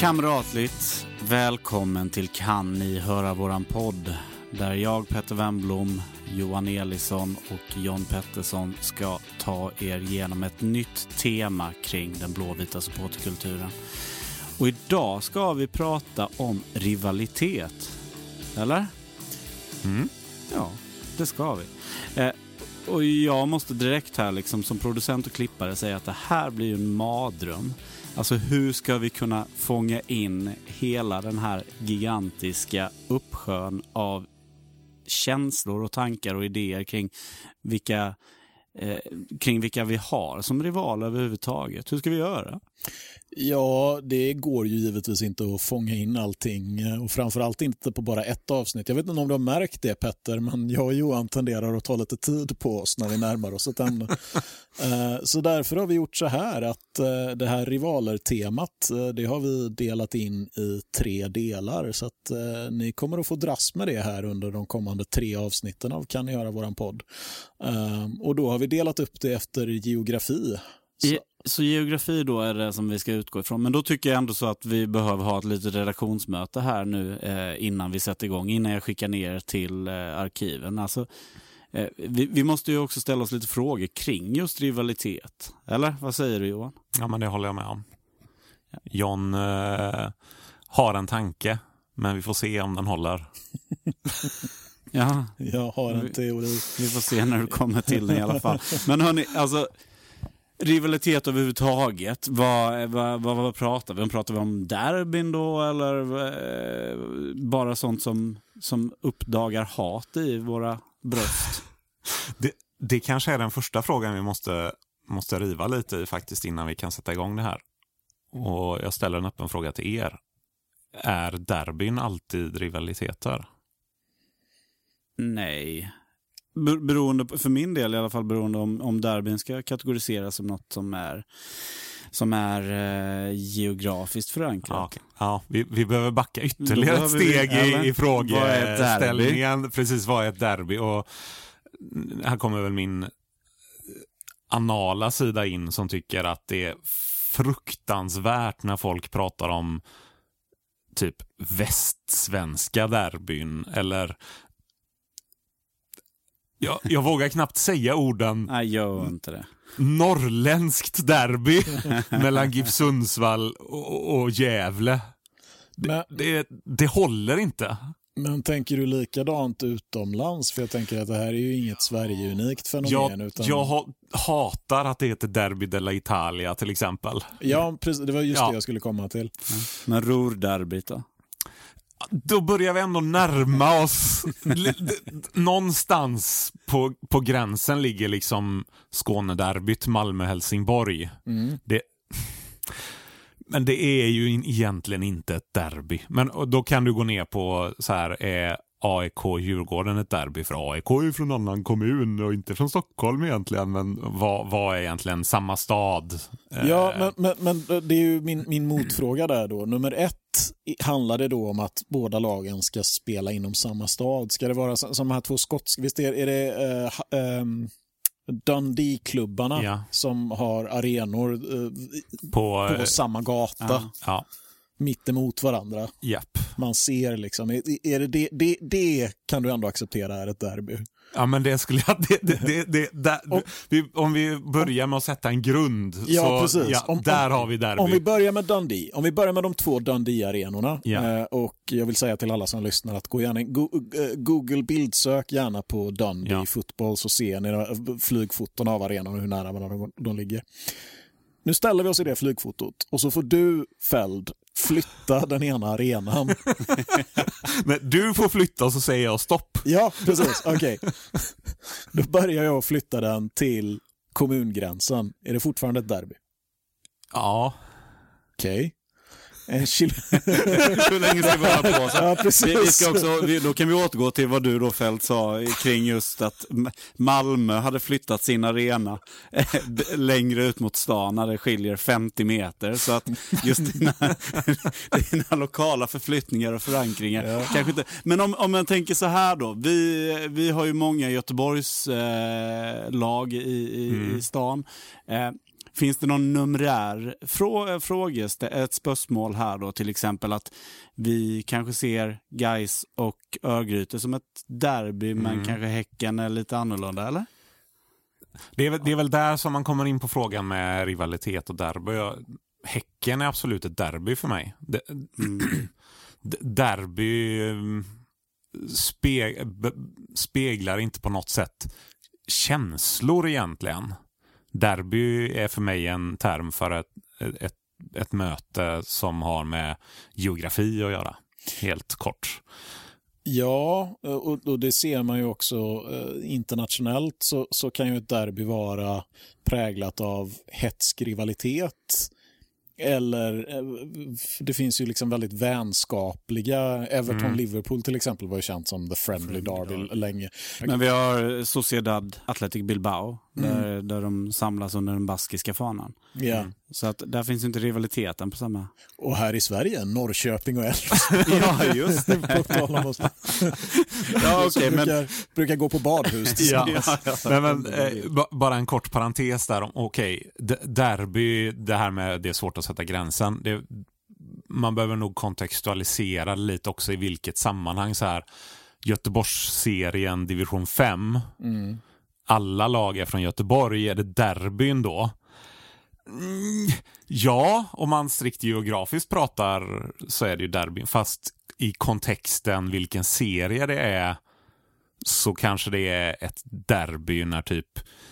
Kamratligt, välkommen till Kan ni höra våran podd, där jag, Petter Wennblom, Johan Elisson och John Pettersson ska ta er igenom ett nytt tema kring den blåvita supporterkulturen. Och idag ska vi prata om rivalitet. Eller? Ja, det ska vi. Och jag måste direkt här liksom, som producent och klippare säga att det här blir ju en mardröm. Alltså hur ska vi kunna fånga in hela den här gigantiska uppsjön av känslor och tankar och idéer kring vilka vi har som rivaler överhuvudtaget? Hur ska vi göra? Ja, det går ju givetvis inte att fånga in allting och framförallt inte på bara ett avsnitt. Jag vet inte om du har märkt det, Petter, men jag och Johan tenderar att ta lite tid på oss när vi närmar oss ett ämne. Så därför har vi gjort så här att det här rivaler-temat, det har vi delat in i 3 delar, så att ni kommer att få dras med det här under de kommande 3 avsnitten av Kan ni höra våran podd. Och då har vi delat upp det efter geografi. Så geografi då är det som vi ska utgå ifrån. Men då tycker jag ändå så att vi behöver ha ett litet redaktionsmöte här nu innan vi sätter igång. Innan jag skickar ner till arkiven. Alltså, vi måste ju också ställa oss lite frågor kring just rivalitet. Eller? Vad säger du, Johan? Ja, men det håller jag med om. John har en tanke, men vi får se om den håller. Ja, jag har en teori. Vi får se när du kommer till den i alla fall. Men hörni, alltså rivalitet överhuvudtaget, vad pratar vi om? Pratar vi om derbyn då, eller bara sånt som uppdagar hat i våra bröst? Det kanske är den första frågan vi måste riva lite i faktiskt innan vi kan sätta igång det här. Och jag ställer en öppen fråga till er. Är derbyn alltid rivaliteter? Nej. Beroende, för min del i alla fall, beroende om derbyn ska kategoriseras som något som är geografiskt förankrat. Ja, okay. Ja, vi behöver backa ytterligare ett steg i frågeställningen. Precis, vad är ett derby? Och här kommer väl min anala sida in som tycker att det är fruktansvärt när folk pratar om typ västsvenska derbyn eller jag vågar knappt säga orden. Nej, gör inte det. Norrländskt derby mellan GIF Sundsvall och Gävle. Det håller inte. Men tänker du likadant utomlands? För jag tänker att det här är ju inget Sverige-unikt fenomen. Jag hatar att det heter Derby della Italia till exempel. Ja, precis, det var just det jag skulle komma till. Men Ruhrderbyt då? Då börjar vi ändå närma oss. Någonstans på gränsen ligger liksom Skånederbyt, Malmö-Helsingborg. Men det är ju egentligen inte ett derby. Men då kan du gå ner på så här, är AIK-Djurgården ett derby? För AIK är ju från en annan kommun och inte från Stockholm egentligen. Men vad är egentligen samma stad? Ja, men det är ju min motfråga där då. Nummer 1, handlar det då om att båda lagen ska spela inom samma stad? Ska det vara som de här 2 skotska? Visst är det Dundee-klubbarna som har arenor på samma gata mitt emot varandra? Japp. Man ser liksom, är det kan du ändå acceptera är ett derby? Ja, men det skulle jag om vi börjar med att sätta en grund så precis. Där har vi derby. Om vi börjar med Dundee, om vi börjar med de 2 Dundee-arenorna och jag vill säga till alla som lyssnar att gå gärna Google bildsök gärna på Dundee fotboll, så ser ni flygfoton av arenorna och hur nära de ligger. Nu ställer vi oss i det flygfotot och så får du, Feld, flytta den ena arenan. Men du får flytta och så säger jag stopp. Ja, precis. Okej. Då börjar jag flytta den till kommungränsen. Är det fortfarande ett derby? Ja. Okej. Hur länge ska vi vara på? Ja, precis. Då kan vi återgå till vad du då, Fält, sa kring just att Malmö hade flyttat sin arena längre ut mot stan när det skiljer 50 meter. Så att just dina lokala förflyttningar och förankringar kanske inte. Men om man tänker så här då, vi har ju många Göteborgs lag i stan. Finns det någon numerär ett spörsmål här då, till exempel att vi kanske ser Gais och Örgryte som ett derby, men kanske Häcken är lite annorlunda, eller? Det är väl där som man kommer in på frågan med rivalitet och derby. Häcken är absolut ett derby för mig. Derby speglar inte på något sätt känslor egentligen. Derby är för mig en term för ett möte som har med geografi att göra, helt kort. Ja, och det ser man ju också internationellt, så kan ju ett derby vara präglat av hätsk rivalitet. Eller det finns ju liksom väldigt vänskapliga. Everton-Liverpool till exempel var ju känt som the friendly derby länge. Men vi har Sociedad Athletic Bilbao där de samlas under den baskiska fanan. Ja. Så att där finns inte rivaliteten på samma. Och här i Sverige, Norrköping och Elfsborg. Ja, just det. Ja, okej, men brukar gå på badhus tillsammans. Men bara en kort parentes där. Okej, derby, det här med det är svårt att sätta gränsen. Man behöver nog kontextualisera lite också i vilket sammanhang. Så här, Göteborgsserien division 5. Alla lag är från Göteborg. Är det derbyn då? Ja, om man strikt geografiskt pratar så är det ju derbyn. Fast i kontexten vilken serie det är, så kanske det är ett derby när typ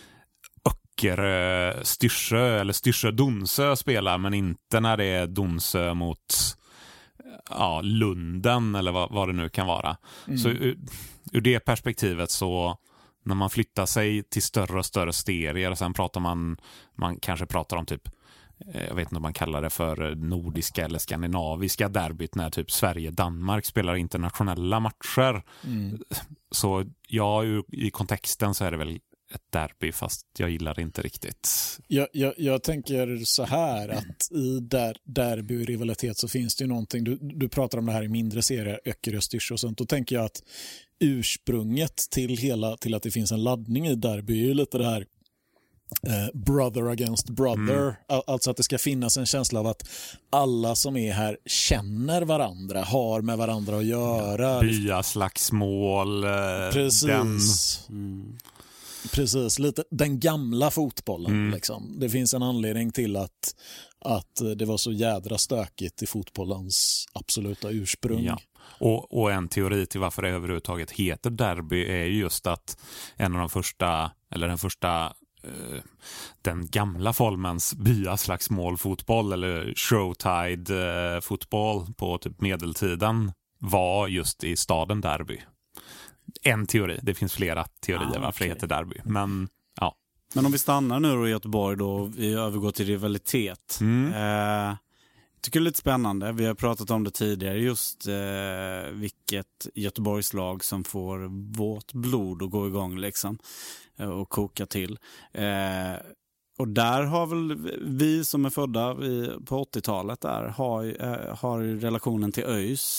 Styrsö eller Styrsö-Donsö spelar, men inte när det är Donsö mot Lunden eller vad det nu kan vara. Så ur det perspektivet, så när man flyttar sig till större och större serier, sen pratar man kanske pratar om typ, jag vet inte om man kallar det för nordiska eller skandinaviska derbyt, när typ Sverige-Danmark spelar internationella matcher. Så ja, i kontexten så är det väl ett derby, fast jag gillar det inte riktigt. Jag tänker så här, att i derby och rivalitet så finns det ju någonting, du pratar om det här i mindre serier, Öckerö, Styrsö och sånt, då tänker jag att ursprunget till att det finns en laddning i derby är ju lite det här brother against brother, alltså att det ska finnas en känsla av att alla som är här känner varandra, har med varandra att göra. Byaslagsmål. Precis. Precis, lite den gamla fotbollen liksom. Det finns en anledning till att det var så jädra stökigt i fotbollens absoluta ursprung. Ja. Och en teori till varför det överhuvudtaget heter derby är just att den gamla formens byaslagsmål fotboll eller showtide fotboll på typ medeltiden var just i staden Derby. En teori, det finns flera teorier varför det heter derby. Men ja. Men om vi stannar nu då i Göteborg då, vi övergår till rivalitet. Tycker det är lite spännande. Vi har pratat om det tidigare, just vilket Göteborgslag som får vårt blod att gå igång liksom och koka till. Och där har väl vi som är födda på 80-talet där har relationen till ÖIS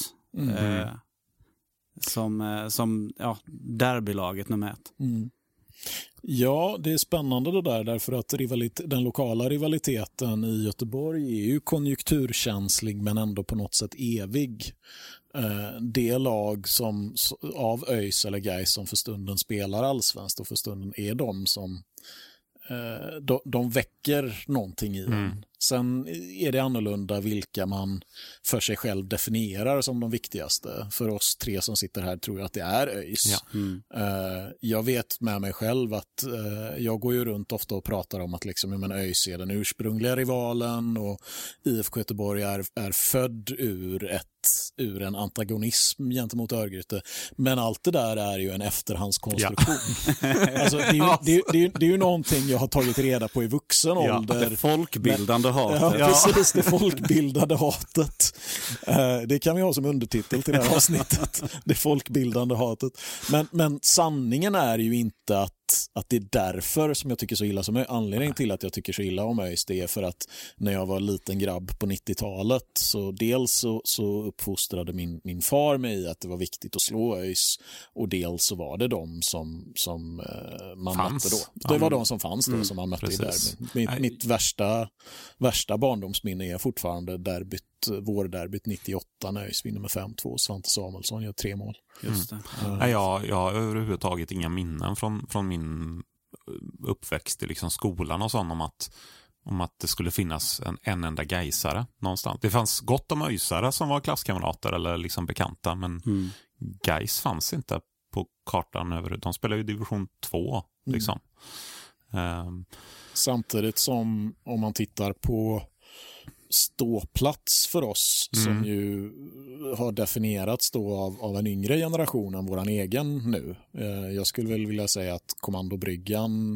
som derbylaget nummer 1. Ja, det är spännande det där, därför att den lokala rivaliteten i Göteborg är ju konjunkturkänslig men ändå på något sätt evig. Det lag som av ÖIS eller Gais som för stunden spelar allsvenskt och för stunden är de som de väcker någonting i en. Sen är det annorlunda vilka man för sig själv definierar som de viktigaste. För oss tre som sitter här tror jag att det är ÖIS. Jag vet med mig själv att jag går ju runt ofta och pratar om att liksom, men ÖIS är den ursprungliga rivalen och IFK Göteborg är född ur en antagonism gentemot Örgryte. Men allt det där är ju en efterhandskonstruktion. Alltså, det är ju någonting jag har tagit reda på i vuxen ålder. Det folkbildande hatet. Ja, precis, det folkbildande hatet. Det kan vi ha som undertitel till det här avsnittet. Det folkbildande hatet. Men sanningen är ju inte att att det är därför som jag tycker så illa som anledningen till att jag tycker så illa om ÖIS, det är för att när jag var liten grabb på 90-talet så dels så uppfostrade min far mig i att det var viktigt att slå ÖIS, och dels så var det de som man mötte då. Det var de som fanns då som man mötte i derbyn. Mitt värsta barndomsminne är fortfarande vårderbyt 98 när ÖIS vinner med 5-2. Svante Samuelsson gör 3 mål. Just det. Jag har överhuvudtaget inga minnen från min uppväxt i liksom skolan och sånt om att det skulle finnas en enda gaisare någonstans. Det fanns gott om öisare som var klasskamrater eller liksom bekanta, men Gais fanns inte på kartan över. De spelar ju division 2 liksom. Samtidigt som om man tittar på ståplats för oss som ju har definierats då av en yngre generation än våran egen nu. Jag skulle väl vilja säga att Kommandobryggan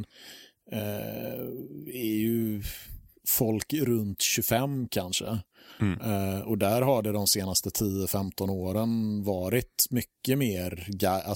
är ju folk runt 25 kanske. Och där har det de senaste 10-15 åren varit mycket mer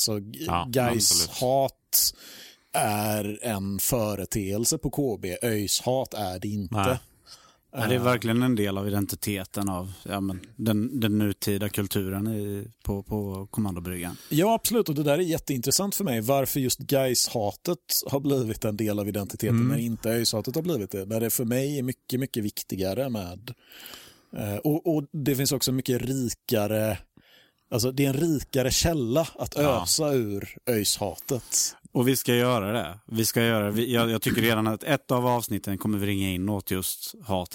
Gais-hat är en företeelse på KB. ÖIS-hat är det inte. Nej. Ja, det är verkligen en del av identiteten av den nutida kulturen på Kommandobryggan. Ja, absolut. Och det där är jätteintressant för mig. Varför just Gais-hatet har blivit en del av identiteten när inte ÖIS-hatet har blivit det. Där det för mig är mycket, mycket viktigare med... Och det finns också mycket rikare... Alltså det är en rikare källa att ösa ur ÖIS-hatet. Och vi ska göra det. Jag tycker redan att ett av avsnitten kommer vi ringa in åt just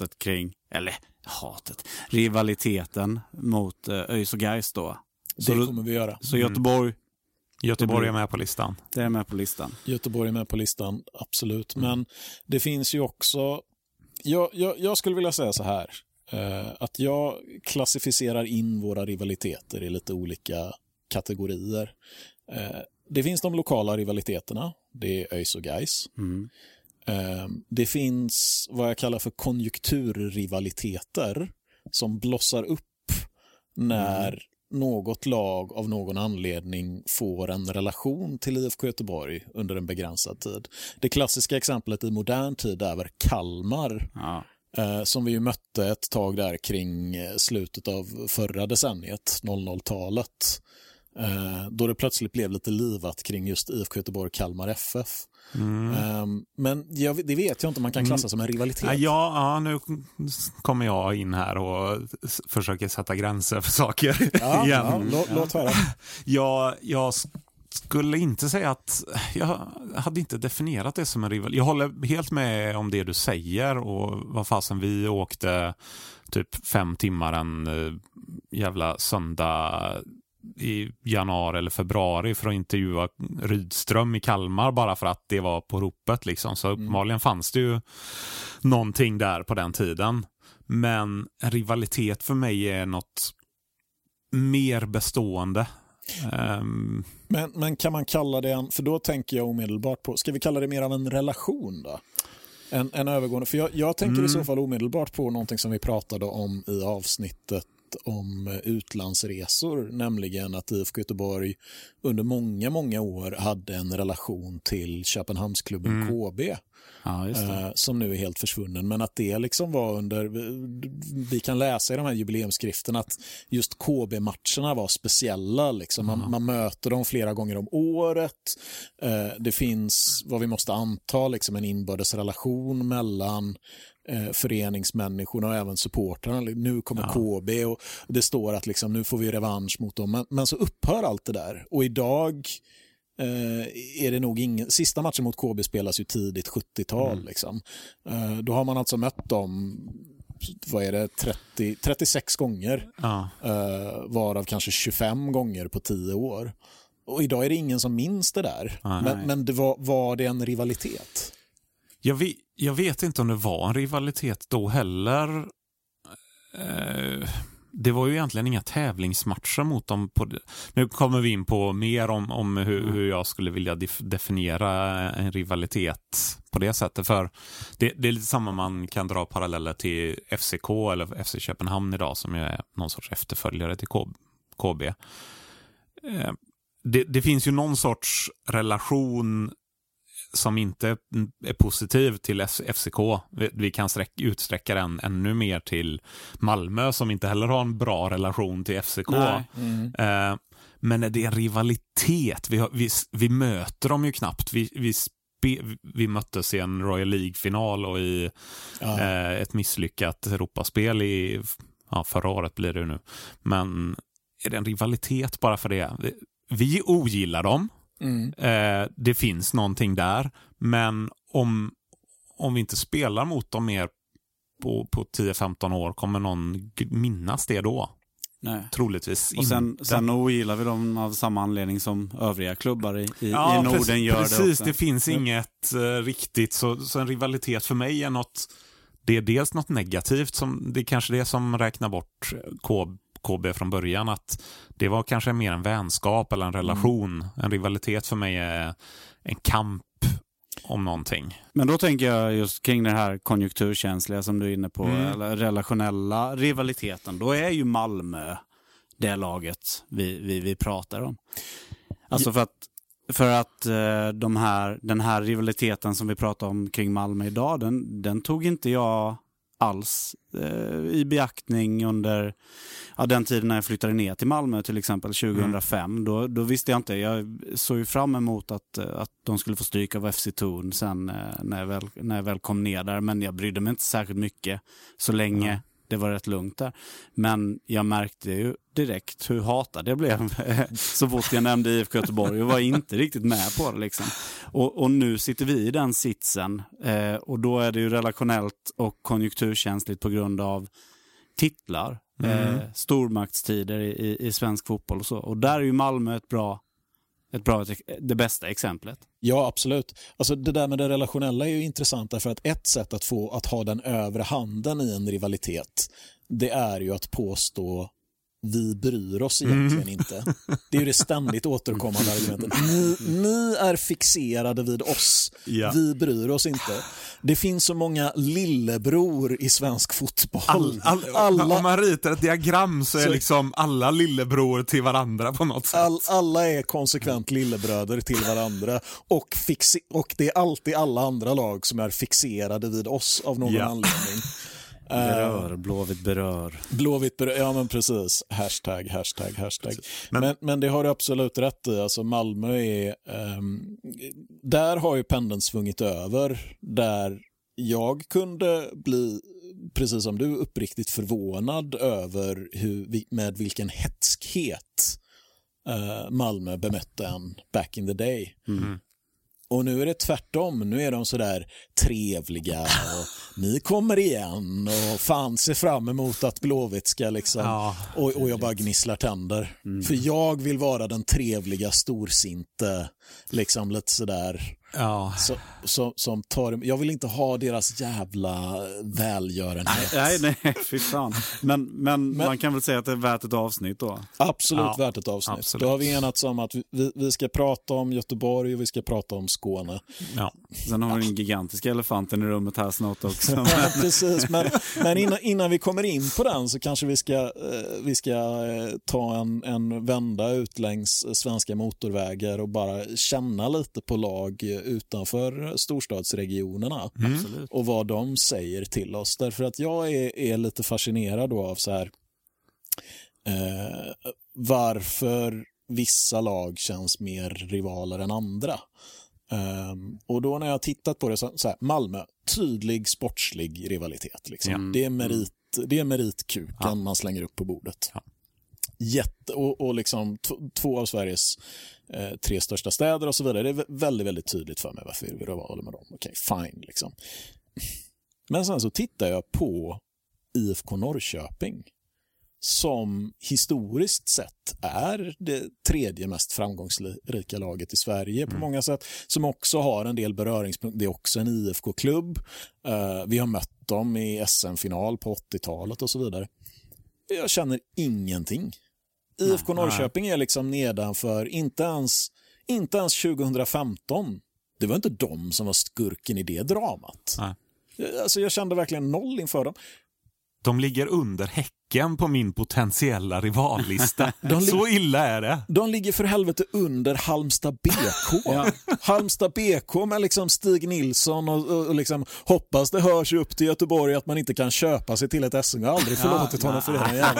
rivaliteten mot ÖIS och Gais då. Det kommer vi göra. Så Göteborg är med på listan. Det är med på listan. Göteborg är med på listan, absolut. Men det finns ju också... Jag skulle vilja säga så här. Att jag klassificerar in våra rivaliteter i lite olika kategorier. Det finns de lokala rivaliteterna. Det är ÖIS och Gais. Det finns vad jag kallar för konjunkturrivaliteter som blossar upp när något lag av någon anledning får en relation till IFK Göteborg under en begränsad tid. Det klassiska exemplet i modern tid är väl Kalmar. Som vi ju mötte ett tag där kring slutet av förra decenniet, 00-talet. Då det plötsligt blev lite livat kring just IFK Göteborg Kalmar FF. Men det vet jag inte om man kan klassa som en rivalitet. Ja, nu kommer jag in här och försöker sätta gränser för saker igen. Låt höra. Jag skulle inte säga att jag hade inte definierat det som en rival. Jag håller helt med om det du säger, och vad fasen, vi åkte typ 5 timmar en jävla söndag i januari eller februari för att intervjua Rydström i Kalmar bara för att det var på ropet liksom. Så uppenbarligen fanns det ju någonting där på den tiden. Men en rivalitet för mig är något mer bestående. Men kan man kalla det för då tänker jag omedelbart på, ska vi kalla det mer av en relation då? En övergående, för jag tänker i så fall omedelbart på någonting som vi pratade om i avsnittet om utlandsresor, nämligen att IFK Göteborg under många, många år hade en relation till Köpenhamnsklubben KB. Ja, just det. Som nu är helt försvunnen, men att det liksom var under, vi kan läsa i de här jubileumsskrifterna att just KB-matcherna var speciella liksom. Man möter dem flera gånger om året. Det finns vad vi måste anta liksom en inbördes relation mellan föreningsmänniskorna och även supportrarna. Nu kommer KB och det står att liksom, nu får vi revansch mot dem, men så upphör allt det där, och idag är det nog ingen... Sista matchen mot KB spelas ju tidigt 70-tal liksom. Då har man alltså mött dem, vad är det, 36 gånger, varav kanske 25 gånger på 10 år, och idag är det ingen som minns det där. Men det var det en rivalitet? Jag vet inte om det var en rivalitet då heller. Det var ju egentligen inga tävlingsmatcher mot dem. Nu kommer vi in på mer om hur jag skulle vilja definiera en rivalitet på det sättet. För det är lite samma, man kan dra paralleller till FCK eller FC Köpenhamn idag, som är någon sorts efterföljare till KB. Det finns ju någon sorts relation som inte är positiv till FCK. Vi kan utsträcka den ännu mer till Malmö som inte heller har en bra relation till FCK. Men det är en rivalitet. Vi möter dem ju knappt. Vi möttes i en Royal League-final och i ett misslyckat Europaspel i förra året blir det nu. Men är det en rivalitet bara för det? Vi ogillar dem. Det finns någonting där, men om vi inte spelar mot dem mer på 10-15 år, kommer någon minnas det då? Nej. Troligtvis och sen ogillar vi dem av samma anledning som övriga klubbar i Norden gör precis, det också. Det finns inget riktigt så en rivalitet för mig är något, det är dels något negativt som det är kanske det som räknar bort KB från början, att det var kanske mer en vänskap eller en relation. En rivalitet för mig är en kamp om någonting. Men då tänker jag just kring det här konjunkturkänsliga som du är inne på, eller relationella rivaliteten. Då är ju Malmö det laget vi pratar om. Alltså för att den här rivaliteten som vi pratar om kring Malmö idag, den tog inte jag alls i beaktning under den tiden när jag flyttade ner till Malmö till exempel 2005. Då visste jag inte. Jag såg ju fram emot att de skulle få stryka av FC Thun sen när jag väl kom ner där. Men jag brydde mig inte särskilt mycket så länge det var rätt lugnt där. Men jag märkte ju direkt hur hatad jag blev så fort jag nämnde IFK Göteborg. Jag var inte riktigt med på det liksom. Och nu sitter vi i den sitsen och då är det ju relationellt och konjunkturkänsligt på grund av titlar, stormaktstider i svensk fotboll och så. Och där är ju Malmö det bästa exemplet. Ja, absolut. Alltså det där med det relationella är ju intressant därför att ett sätt att ha den övre handen i en rivalitet, det är ju att påstå vi bryr oss egentligen inte. Det är ju det ständigt återkommande argumentet. Ni är fixerade vid oss. Ja. Vi bryr oss inte. Det finns så många lillebror i svensk fotboll. Om man ritar ett diagram så är liksom alla lillebror till varandra på något sätt. Alla är konsekvent lillebröder till varandra. Och det är alltid alla andra lag som är fixerade vid oss av någon anledning. Blåvitt berör. Ja men precis. Hashtag. Men det har du absolut rätt i. Alltså Malmö är där har ju pendeln svungit över, där jag kunde bli, precis som du, uppriktigt förvånad över med vilken hätskhet Malmö bemötte en back in the day. Och nu är det tvärtom. Nu är de så där trevliga och ni kommer igen och fan ser fram emot att Blåvitt ska liksom och jag bara gnisslar tänder. För jag vill vara den trevliga storsinte liksom lite sådär. Som tar, jag vill inte ha deras jävla välgörenhet. Nej, fy fan. Men man kan väl säga att det är värt ett avsnitt då? Absolut värt ett avsnitt. Absolut. Då har vi enats om att vi ska prata om Göteborg och vi ska prata om Skåne. Ja. Sen har vi den gigantiska elefanten i rummet här snart också. Ja, precis. Men innan vi kommer in på den så kanske vi ska ta en vända ut längs svenska motorvägar och bara känna lite på lag utanför storstadsregionerna och vad de säger till oss. Därför att jag är lite fascinerad då av så här varför vissa lag känns mer rivaler än andra. Och då när jag har tittat på det så här, Malmö, tydlig sportslig rivalitet liksom. Det är meritkuken man slänger upp på bordet. Och liksom två av Sveriges 3 största städer och så vidare. Det är väldigt, väldigt tydligt för mig varför vi rivaler med dem. Okej, fine liksom. Men sen så tittar jag på IFK Norrköping som historiskt sett är det 3:e mest framgångsrika laget i Sverige på många sätt, som också har en del beröringspunkter. Det är också en IFK-klubb. Vi har mött dem i SM-final på 80-talet och så vidare. Jag känner ingenting. IFK Norrköping är liksom nedanför, inte ens 2015. Det var inte de som var skurken i det dramat. Alltså jag kände verkligen noll inför dem. De ligger under Häcken på min potentiella rivallista. Så illa är det. De ligger för helvete under Halmstad BK. Ja. Halmstad BK med liksom Stig Nilsson och liksom hoppas det hörs upp till Göteborg att man inte kan köpa sig till ett SM. Jag har aldrig förlåtit honom för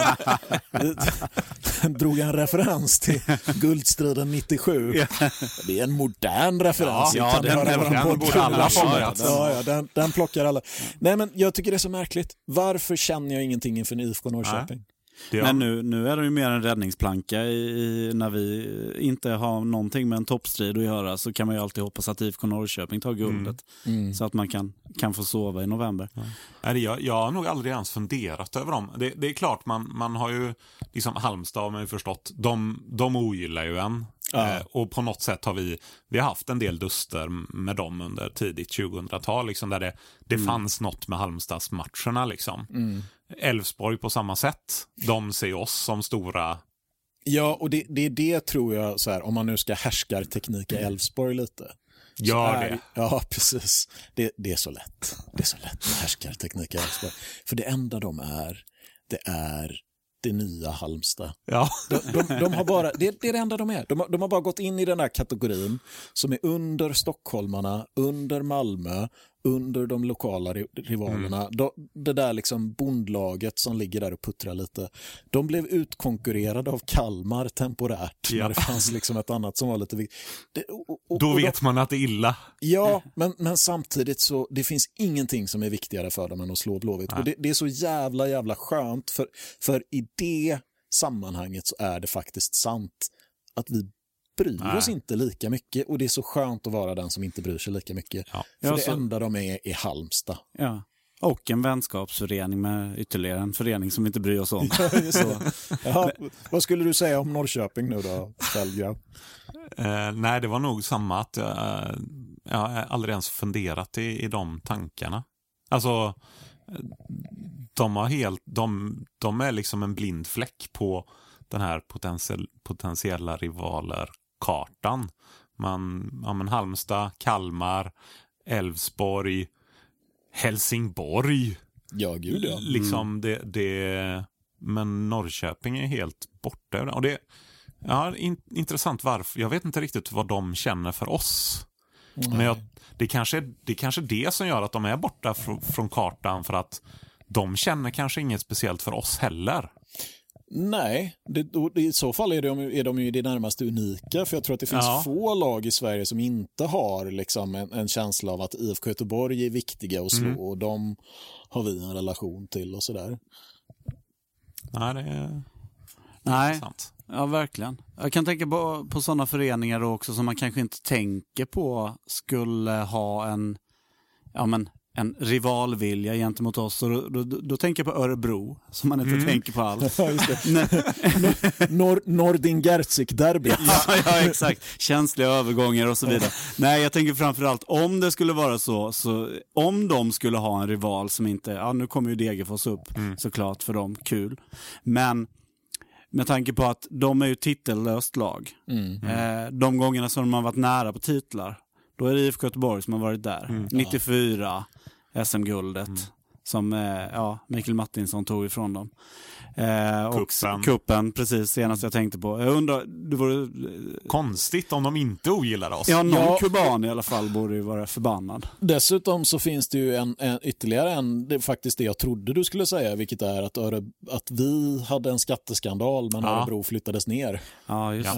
det. Drog en referens till Guldstriden 97. Ja. Det är en modern referens. Ja, den borde alla fångat. Ja, den plockar alla. Nej, men jag tycker det är så märkligt. Varför känner jag ingenting inför IFK Norrköping? Men nu är det ju mer en räddningsplanka när vi inte har någonting med en toppstrid att göra, så kan man ju alltid hoppas att IFK Norrköping tar guldet så att man kan få sova i november. Jag har nog aldrig ens funderat över dem. Det är klart, man har ju liksom Halmstad, har man ju förstått, de ogillar ju en. Och på något sätt har vi har haft en del duster med dem under tidigt 2000-tal liksom, där det fanns något med Halmstads matcherna liksom. Elfsborg på samma sätt. De ser oss som stora. Ja, och det tror jag så här, om man nu ska härskarteknika Elfsborg lite. Det. Ja, precis. Det är så lätt. Det är så lätt med härskarteknika Elfsborg. För det enda de är, det är det nya Halmstad. Ja. De har bara, det är det enda de är. De har bara gått in i den här kategorin som är under stockholmarna, under Malmö, under de lokala rivalerna. Det där liksom bondlaget som ligger där och puttrar lite. De blev utkonkurrerade av Kalmar temporärt när det fanns liksom ett annat som var lite viktigt. Då vet man att det är illa. Ja, men samtidigt så det finns ingenting som är viktigare för dem än att slå Blåvitt. Och det är så jävla skönt för i det sammanhanget så är det faktiskt sant att vi bryr oss inte lika mycket, och det är så skönt att vara den som inte bryr sig lika mycket. För det enda de är Halmstad. Ja. Och en vänskapsförening med ytterligare en förening som vi inte bryr oss om. Ja, vad skulle du säga om Norrköping nu då, Fälga? Nej, det var nog samma att jag har aldrig ens funderat i de tankarna. Alltså de är liksom en blind fläck på den här potentiella rivaler-kartan. Men Halmstad, Kalmar, Elfsborg, Helsingborg. Ja, gud ja. Liksom men Norrköping är helt borta. Och det intressant varför. Jag vet inte riktigt vad de känner för oss. Men det kanske är det som gör att de är borta från kartan, för att de känner kanske inget speciellt för oss heller. Nej, i så fall är de ju det närmaste unika, för jag tror att det finns få lag i Sverige som inte har liksom en känsla av att IFK Göteborg är viktiga att slå och de har vi en relation till och sådär. Nej, det är intressant. Ja, verkligen. Jag kan tänka på sådana föreningar också som man kanske inte tänker på skulle ha en rivalvilja gentemot oss. Och då tänker jag på Örebro, som man inte tänker på alls. Ja, just det. Nordin-Gerzik-derby. Ja, exakt. Känsliga övergångar och så vidare. Nej, jag tänker framförallt om det skulle vara så om de skulle ha en rival som inte, nu kommer ju Degerfors upp såklart för dem, kul. Men med tanke på att de är ju titellöst lag. De gångerna som de har varit nära på titlar, då är det IFK Göteborg som har varit där. 94 SM-guldet som Mikael Martinsson tog ifrån dem. Och kuppen, precis, senast jag tänkte på. Jag undrar, det vore konstigt om de inte ogillar oss. Ja, någon kuban i alla fall borde ju vara förbannad. Dessutom så finns det ju ytterligare det är faktiskt det jag trodde du skulle säga, vilket är att vi hade en skatteskandal men Örebro flyttades ner. Ja, just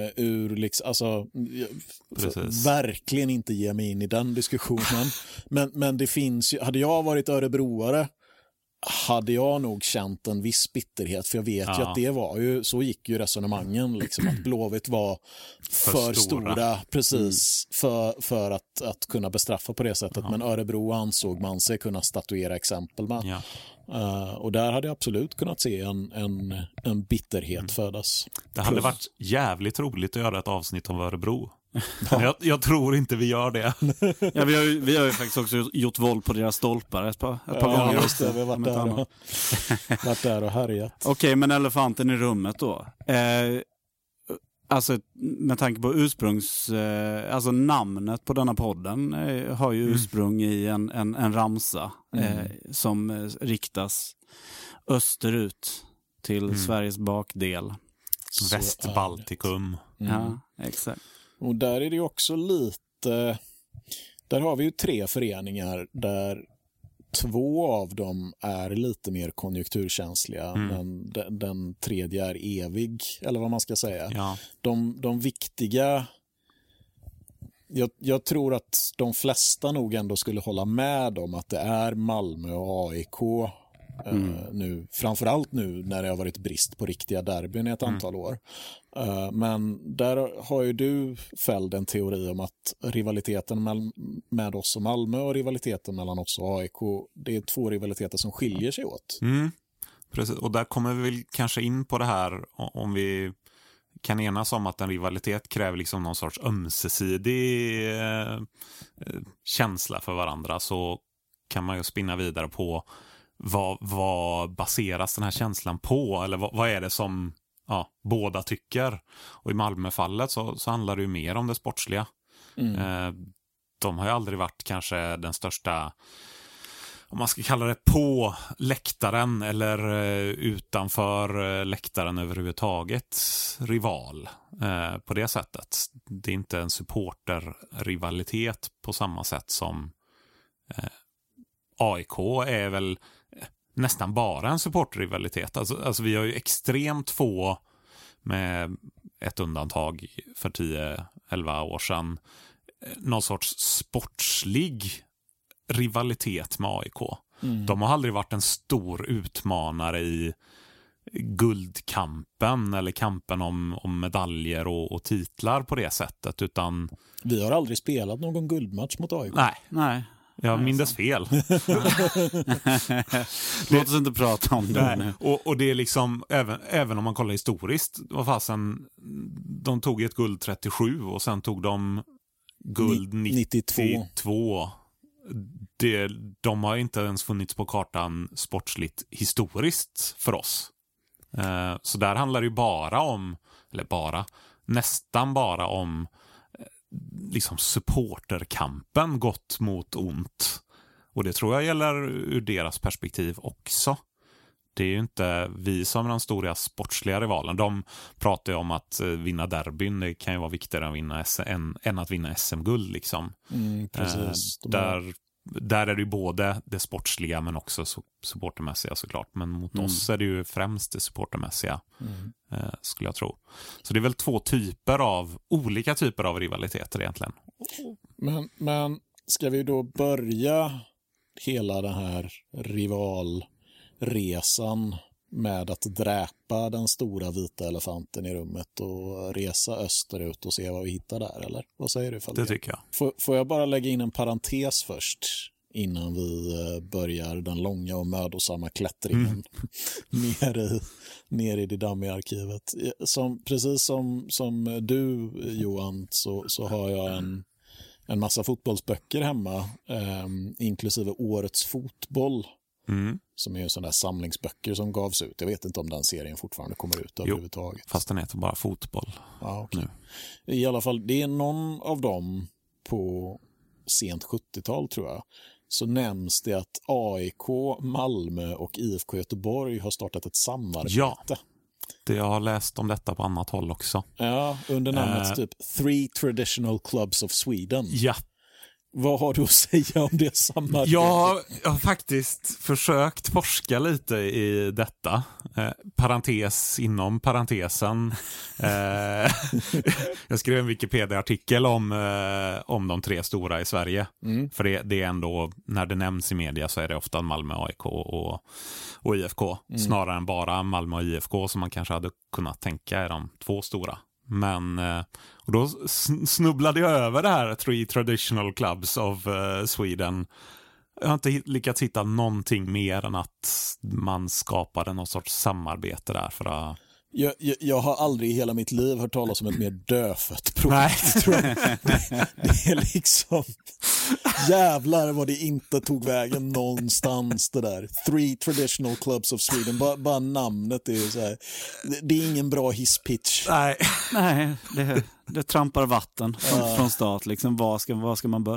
det. Verkligen inte ge mig in i den diskussionen. men det finns ju, hade jag varit örebroare hade jag nog känt en viss bitterhet, för jag vet ju att det var ju, så gick ju resonemangen liksom, att Blåvitt var för stora precis för att kunna bestraffa på det sättet, men Örebro ansåg man sig kunna statuera exempel med. Och där hade jag absolut kunnat se en bitterhet födas. Det hade varit jävligt roligt att göra ett avsnitt om Örebro. Jag tror inte vi gör det. Ja, vi har ju faktiskt också gjort våld på deras stolpar ett par gånger. Just det, vi har varit där och härjat. Okej, men elefanten i rummet då. Alltså med tanke på alltså namnet på denna podden har ju ursprung i en ramsa som riktas österut till Sveriges bakdel. Västbaltikum. Ja, exakt. Och där är det ju också lite... Där har vi ju 3 föreningar där 2 av dem är lite mer konjunkturkänsliga, men den tredje är evig, eller vad man ska säga. Ja. De viktiga... Jag tror att de flesta nog ändå skulle hålla med om att det är Malmö och AIK nu, framförallt nu när det har varit brist på riktiga derbyn i ett antal år. Men där har ju du fällt en teori om att rivaliteten med oss och Malmö och rivaliteten mellan oss och AIK, det är 2 rivaliteter som skiljer sig åt. Precis. Och där kommer vi väl kanske in på det här, om vi kan enas om att en rivalitet kräver liksom någon sorts ömsesidig känsla för varandra, så kan man ju spinna vidare på vad baseras den här känslan på, eller vad är det som båda tycker. Och i Malmöfallet så handlar det ju mer om det sportsliga. De har ju aldrig varit kanske den största, om man ska kalla det, på läktaren eller utanför läktaren överhuvudtaget, rival på det sättet. Det är inte en supporterrivalitet på samma sätt som AIK är väl nästan bara en supporterrivalitet. Alltså vi har ju extremt få, med ett undantag för 10-11 år sedan, någon sorts sportslig rivalitet med AIK. De har aldrig varit en stor utmanare i guldkampen eller kampen om medaljer och titlar på det sättet, utan vi har aldrig spelat någon guldmatch mot AIK. Nej. Jag minns fel. Låt oss inte prata om det nu. Och det är liksom, även om man kollar historiskt, de tog ett guld 37 och sen tog de guld 92. De har inte ens funnits på kartan sportsligt historiskt för oss. Så där handlar det ju nästan bara om liksom supporterkampen, gott mot ont. Och det tror jag gäller ur deras perspektiv också. Det är ju inte vi som är den stora sportsliga rivalen. De pratar ju om att vinna derbyn, det kan ju vara viktigare än att vinna SM-guld liksom. Precis. Där är det ju både det sportsliga men också supportermässiga såklart. Men mot oss är det ju främst det supportermässiga, skulle jag tro. Så det är väl 2 olika typer av rivaliteter egentligen. Men ska vi då börja hela den här rivalresan med att dräpa den stora vita elefanten i rummet och resa österut och se vad vi hittar där, eller? Vad säger du? Det tycker jag. Får jag bara lägga in en parentes först innan vi börjar den långa och mödosamma klättringen ner i det dammiga arkivet. Precis som du, Johan, så har jag en massa fotbollsböcker hemma, inklusive Årets fotboll. Som är ju sådana där samlingsböcker som gavs ut. Jag vet inte om den serien fortfarande kommer ut överhuvudtaget. Fast den heter bara fotboll. Ja, okay. I alla fall, det är någon av dem på sent 70-tal tror jag. Så nämns det att AIK, Malmö och IFK Göteborg har startat ett samarbete. Ja, jag har läst om detta på annat håll också. Ja, under namnet typ 3 Traditional Clubs of Sweden. Ja. Vad har du att säga om det samarbetet? Jag har faktiskt försökt forska lite i detta. Parentes inom parentesen. Jag skrev en Wikipedia-artikel om de 3 stora i Sverige. För det är ändå, när det nämns i media så är det ofta Malmö, AIK och IFK. Snarare än bara Malmö och IFK som man kanske hade kunnat tänka är de 2 stora. Men och då snubblade jag över det här 3 Traditional Clubs of Sweden. Jag har inte lyckats hitta någonting mer än att man skapade någon sorts samarbete där för att... Jag har aldrig i hela mitt liv hört talas om ett mer dödfött projekt, tror jag. Det är liksom... Jävlar vad det inte tog vägen någonstans det där. 3 Traditional Clubs of Sweden. Bara namnet är ju så här. Det är ingen bra hisspitch. Nej, det trampar vatten från start. Liksom, var ska man börja?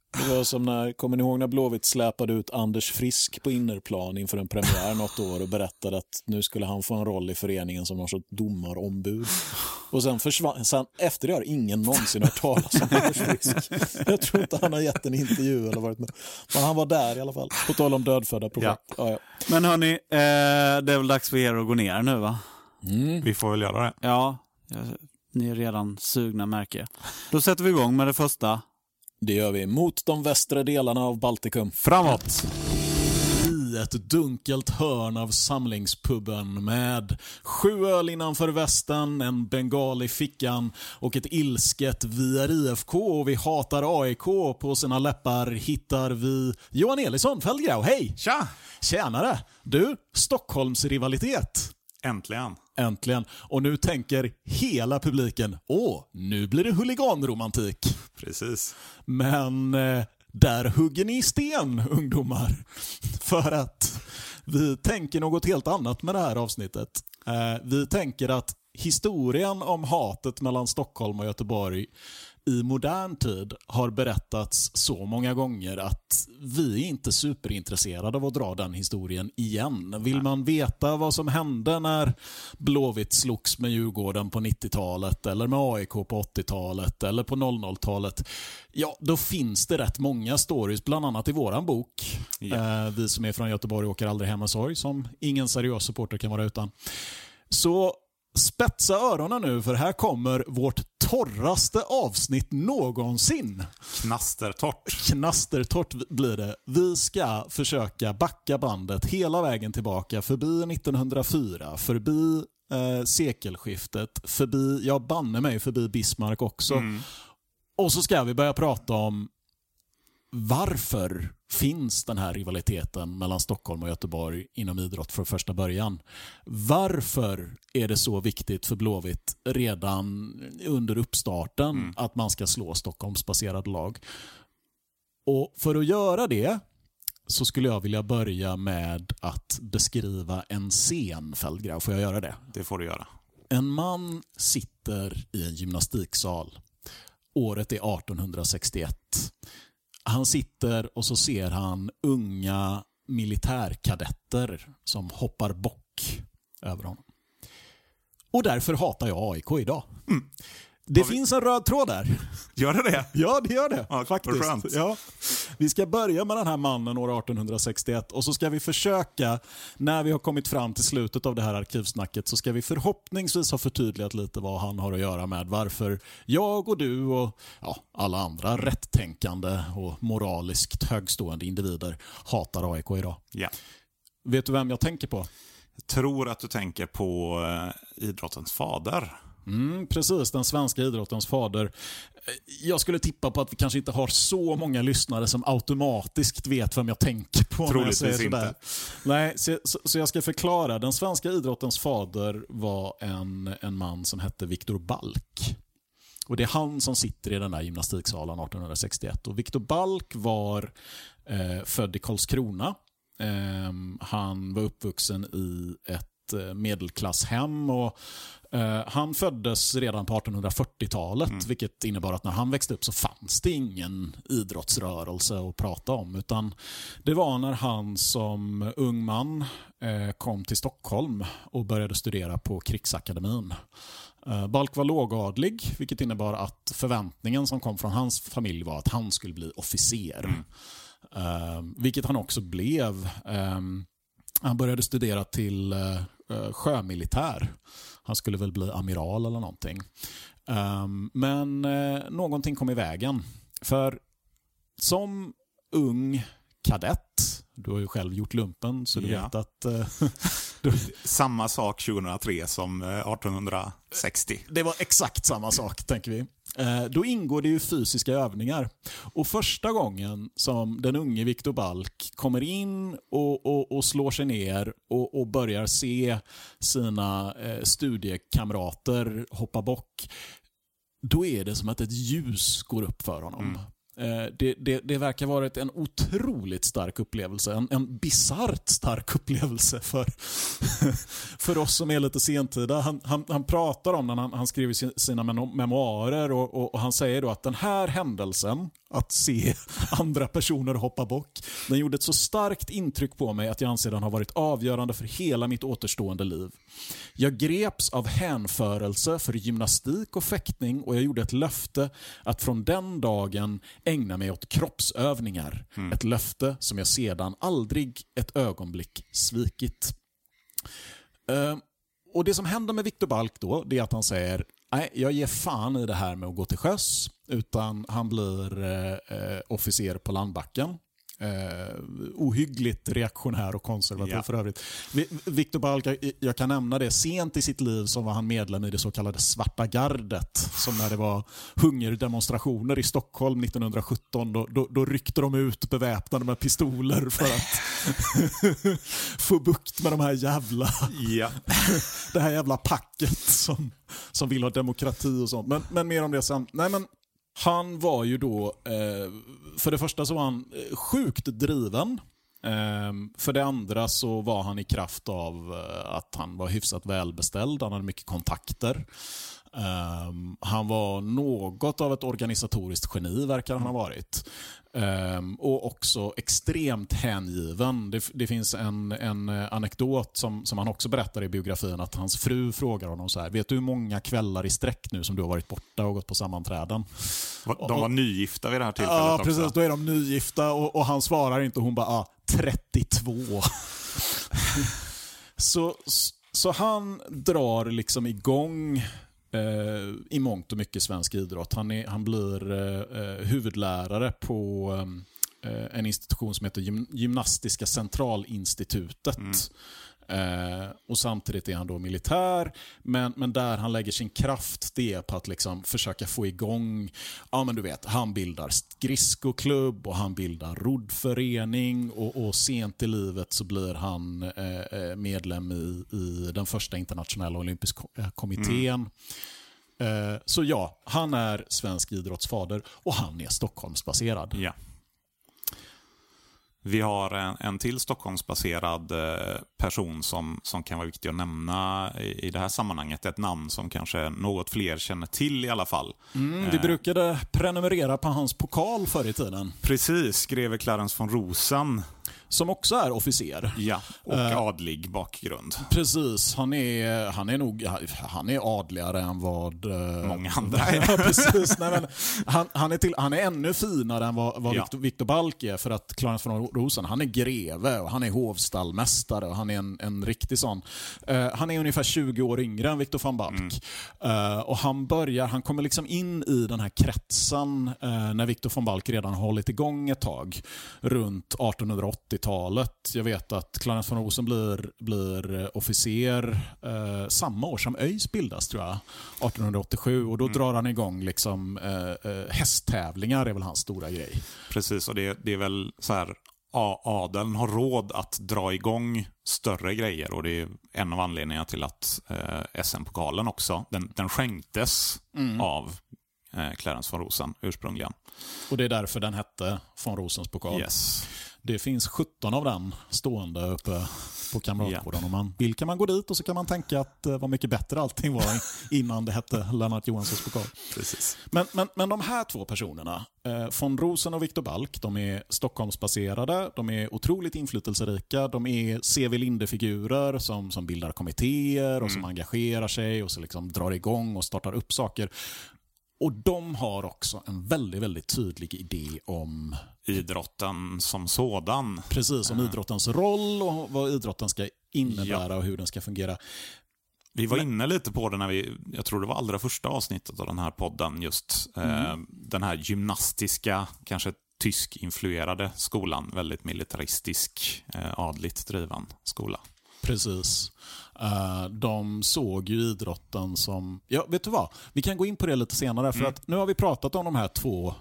Det var som när, kommer ni ihåg när Blåvitt släpade ut Anders Frisk på innerplan inför en premiär något år och berättade att nu skulle han få en roll i föreningen som någon sorts domarombud. Och sen försvann, efter det har ingen någonsin hört talas om Anders Frisk. Jag tror inte han har gett en intervju eller varit med. Men han var där i alla fall, på tal om dödfödda projekt. Ja. Men hörni, det är väl dags för er att gå ner nu, va? Vi får väl göra det. Ja, ni är redan sugna, märker jag. Då sätter vi igång med det första. Det gör vi. Mot de västra delarna av Baltikum. Framåt! I ett dunkelt hörn av samlingspubben med 7 öl innanför västen, en bengal i fickan och ett ilsket "vi är IFK och vi hatar AIK" på sina läppar hittar vi Johan Elisson, Fällgrau. Hej! Tja! Tjänare! Du, Stockholms rivalitet. Äntligen. Och nu tänker hela publiken, nu blir det huliganromantik. Precis. Men där hugger ni i sten, ungdomar. För att vi tänker något helt annat med det här avsnittet. Vi tänker att historien om hatet mellan Stockholm och Göteborg i modern tid har berättats så många gånger att vi är inte superintresserade av att dra den historien igen. Vill man veta vad som hände när Blåvitt slogs med Djurgården på 90-talet eller med AIK på 80-talet eller på 00-talet, ja, då finns det rätt många stories, bland annat i våran bok. Vi som är från Göteborg åker aldrig hem med sorg, som ingen seriös supporter kan vara utan. Så spetsa öronen nu, för här kommer vårt torraste avsnitt någonsin. Knastertorrt blir det. Vi ska försöka backa bandet hela vägen tillbaka, förbi 1904, förbi sekelskiftet, förbi Bismarck också. Och så ska vi börja prata om varför finns den här rivaliteten mellan Stockholm och Göteborg inom idrott från första början? Varför är det så viktigt för Blåvitt redan under uppstarten att man ska slå Stockholmsbaserade lag? Och för att göra det så skulle jag vilja börja med att beskriva en scen, Fällgrau. Får jag göra det? Det får du göra. En man sitter i en gymnastiksal. Året är 1861. Han sitter och så ser han unga militärkadetter som hoppar bock över honom. Och därför hatar jag AIK idag. Det finns en röd tråd där. Gör det? Ja, det gör det. Ja, faktiskt. Ja. Vi ska börja med den här mannen år 1861 och så ska vi försöka, när vi har kommit fram till slutet av det här arkivsnacket, så ska vi förhoppningsvis ha förtydligat lite vad han har att göra med, varför jag och du och alla andra rättänkande och moraliskt högstående individer hatar AIK idag. Ja. Vet du vem jag tänker på? Jag tror att du tänker på idrottens fader. Precis, den svenska idrottens fader. Jag skulle tippa på att vi kanske inte har så många lyssnare som automatiskt vet vem jag tänker på. Troligtvis inte. Nej, så jag ska förklara. Den svenska idrottens fader var en man som hette Viktor Balk. Och det är han som sitter i den här gymnastiksalen 1861. Och Viktor Balk var född i Karlskrona. Han var uppvuxen i ett medelklasshem och han föddes redan på 1840-talet, vilket innebar att när han växte upp så fanns det ingen idrottsrörelse att prata om, utan det var när han som ung man kom till Stockholm och började studera på Krigsakademin. Balk var lågadlig, vilket innebar att förväntningen som kom från hans familj var att han skulle bli officer. Vilket han också blev. Han började studera till sjömilitär. Han skulle väl bli amiral eller någonting. Men någonting kom i vägen. För som ung kadett, du har ju själv gjort lumpen så du vet att... Samma sak 2003 som 1860. Det var exakt samma sak, tänker vi. Då ingår det ju fysiska övningar. Och första gången som den unge Viktor Balk kommer in och slår sig ner och börjar se sina studiekamrater hoppa bock, då är det som att ett ljus går upp för honom. Det verkar ha varit en otroligt stark upplevelse. En bisarrt stark upplevelse för oss som är lite sentida. Han pratar om när han skriver sina memoarer och han säger då att den här händelsen, att se andra personer hoppa bock, den gjorde ett så starkt intryck på mig att jag anser den har varit avgörande för hela mitt återstående liv. Jag greps av hänförelse för gymnastik och fäktning och jag gjorde ett löfte att från den dagen ägna mig åt kroppsövningar. Ett löfte som jag sedan aldrig ett ögonblick svikit. Och det som händer med Viktor Balk då, det är att han säger: nej, jag ger fan i det här med att gå till sjöss, utan han blir officer på landbacken. Ohyggligt reaktionär och konservativ för övrigt. Viktor Balk, jag kan nämna det, sent i sitt liv så var han medlem i det så kallade Svarta gardet, som när det var hungerdemonstrationer i Stockholm 1917, då ryckte de ut beväpnade med pistoler för att få bukt med de här det här jävla packet som vill ha demokrati och sånt. Men mer om det sen. Han var ju då, för det första så var han sjukt driven. För det andra så var han i kraft av att han var hyfsat välbeställd. Han hade mycket kontakter. Han var något av ett organisatoriskt geni, verkar han ha varit. Och också extremt hängiven. Det finns en anekdot som han också berättar i biografin, att hans fru frågar honom så här: vet du hur många kvällar i sträck nu som du har varit borta och gått på sammanträden? De var nygifta vid det här tillfället också. Ja, precis. Då är de nygifta och han svarar inte, och hon bara 32. Så han drar liksom igång i mångt och mycket svensk idrott. Han blir huvudlärare på en institution som heter Gymnastiska centralinstitutet. Och samtidigt är han då militär, men där han lägger sin kraft, det är på att liksom försöka få igång, ja men du vet, han bildar skridskoklubb och han bildar roddförening och sent i livet så blir han medlem i den första internationella olympiska kommittén. Så ja, han är svensk idrottsfader och han är Stockholmsbaserad. Ja. Vi har en till Stockholmsbaserad person som kan vara viktig att nämna i det här sammanhanget. Ett namn som kanske något fler känner till i alla fall. Vi brukade prenumerera på hans pokal förr i tiden. Precis, greve Clarence von Rosen. Som också är officer. Ja, och adlig bakgrund. Precis, han är adligare än vad många andra. Ja, precis. Nej, men han är ännu finare än vad Viktor Balk är, för att Clarence von Rosen, han är greve och han är hovstallmästare och han är en riktig sån. Han är ungefär 20 år yngre än Viktor von Balk. Och han kommer liksom in i den här kretsen när Viktor von Balk redan har hållit igång ett tag runt 1880-talet. Jag vet att Clarence von Rosen blir officer samma år som ÖIS bildas, tror jag, 1887, och då drar han igång liksom hästtävlingar är väl hans stora grej. Precis, och det är väl så här, adeln har råd att dra igång större grejer, och det är en av anledningarna till att SM-pokalen också, den skänktes av Clarence von Rosen ursprungligen. Och det är därför den hette von Rosens pokal. Yes. Det finns 17 av den stående uppe på Kamratgården. Om man vill kan man gå dit och så kan man tänka att vad mycket bättre allting var innan det hette Lennart Johanssons pokal. Precis. Men de här två personerna, von Rosen och Viktor Balk, de är Stockholmsbaserade, de är otroligt inflytelserika, de är C.V. Linde-figurer som bildar kommittéer och som engagerar sig och så liksom drar igång och startar upp saker. Och de har också en väldigt, väldigt tydlig idé om idrotten som sådan. Precis, om idrottens roll och vad idrotten ska innebära och hur den ska fungera. Vi var inne lite på det när jag tror det var allra första avsnittet av den här podden, just den här gymnastiska, kanske tysk-influerade skolan, väldigt militaristisk, adligt driven skola. Precis. De såg ju idrotten som... Ja, vet du vad? Vi kan gå in på det lite senare, för att nu har vi pratat om de här två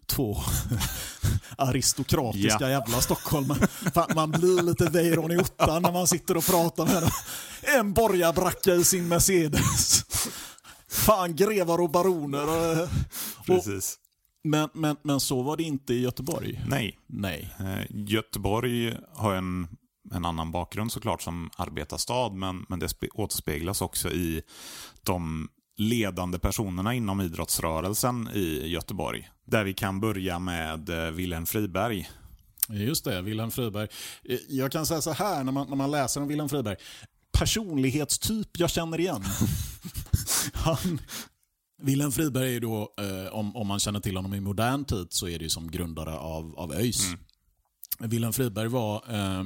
aristokratiska jävla Stockholm. Man blir lite Weiron i ottan när man sitter och pratar med en borgarbracka i sin Mercedes. Fan, grevar och baroner. Precis. Men så var det inte i Göteborg? Nej. Göteborg har en annan bakgrund såklart som arbetarstad, men det återspeglas också i de ledande personerna inom idrottsrörelsen i Göteborg. Där vi kan börja med Wilhelm Friberg. Just det, Wilhelm Friberg. Jag kan säga så här när man läser om Wilhelm Friberg. Personlighetstyp jag känner igen. Wilhelm Friberg är ju då, om man känner till honom i modern tid, så är det ju som grundare av ÖIS. Wilhelm Friberg var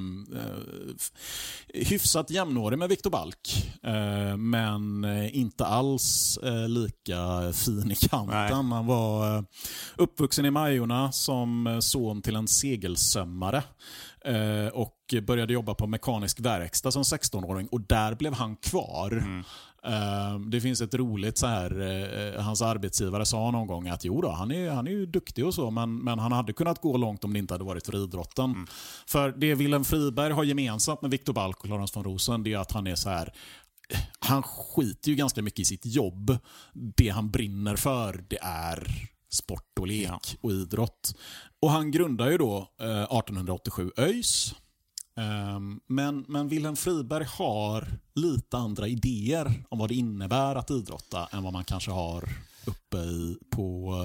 hyfsat jämnårig med Viktor Balk, men inte alls lika fin i kanten. Nej. Han var uppvuxen i Majorna som son till en segelsömmare och började jobba på mekanisk verkstad som 16-åring, och där blev han kvar. Det finns ett roligt så här, hans arbetsgivare sa någon gång att jo då, han är ju duktig och så, men han hade kunnat gå långt om det inte hade varit för idrotten. För det Wilhelm Friberg har gemensamt med Viktor Balk och Lawrence von Rosen, det är att han är så här, han skiter ju ganska mycket i sitt jobb. Det han brinner för, det är sport och lek och idrott. Och han grundar ju då 1887 ÖIS. Men Wilhelm Friberg har lite andra idéer om vad det innebär att idrotta än vad man kanske har uppe på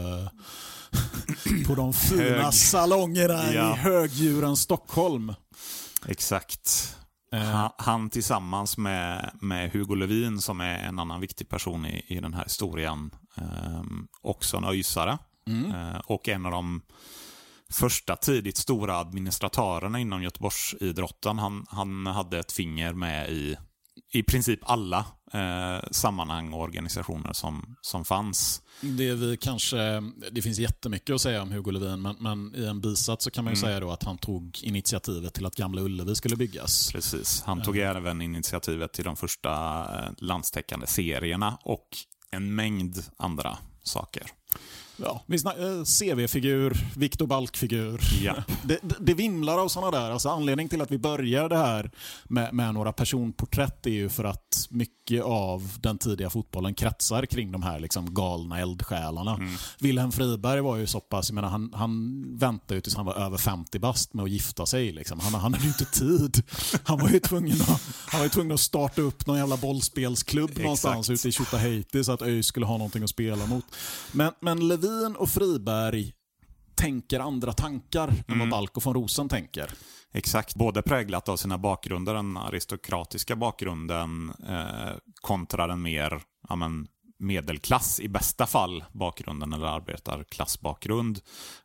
de fina salongerna i högdjuren Stockholm. Exakt. Han tillsammans med Hugo Lövin, som är en annan viktig person i den här historien, också en öjsare och en av de första tidigt stora administratörerna inom Göteborgsidrotten. Han hade ett finger med i princip alla sammanhang och organisationer som fanns. Det finns jättemycket att säga om Hugo Lövin, men i en bisats så kan man ju säga då att han tog initiativet till att Gamla Ullevi skulle byggas. Precis. Han tog även initiativet till de första landstäckande serierna och en mängd andra saker. Ja, CV-figur, Viktor Balk-figur. Ja. Det vimlar av sådana där. Alltså, anledning till att vi börjar det här med några personporträtt är ju för att mycket av den tidiga fotbollen kretsar kring de här liksom galna eldsjälarna. Wilhelm Friberg var ju så pass, jag menar, han väntade ju tills han var över 50 bast med att gifta sig. Liksom. Han hade ju inte tid. Han var ju tvungen att starta upp någon jävla bollspelsklubb någonstans ute i Tjotahejti så att ÖIS skulle ha någonting att spela mot. Men Levin och Friberg tänker andra tankar än vad Balk och von Rosen tänker. Exakt, både präglat av sina bakgrunder, den aristokratiska bakgrunden kontra den mer medelklass i bästa fall bakgrunden, eller arbetarklassbakgrund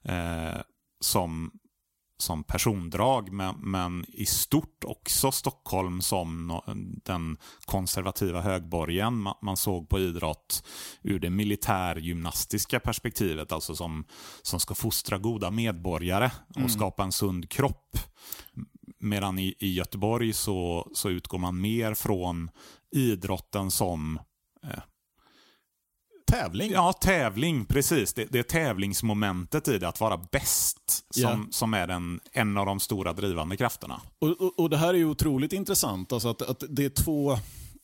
som persondrag, men i stort också Stockholm som den konservativa högborgen. Man såg på idrott ur det militärgymnastiska perspektivet, alltså som ska fostra goda medborgare och skapa en sund kropp. Medan i Göteborg så utgår man mer från idrotten som tävling. Ja, tävling, precis. Det är tävlingsmomentet i det, att vara bäst, som är en av de stora drivande krafterna. Och det här är ju otroligt intressant. Alltså att det är två...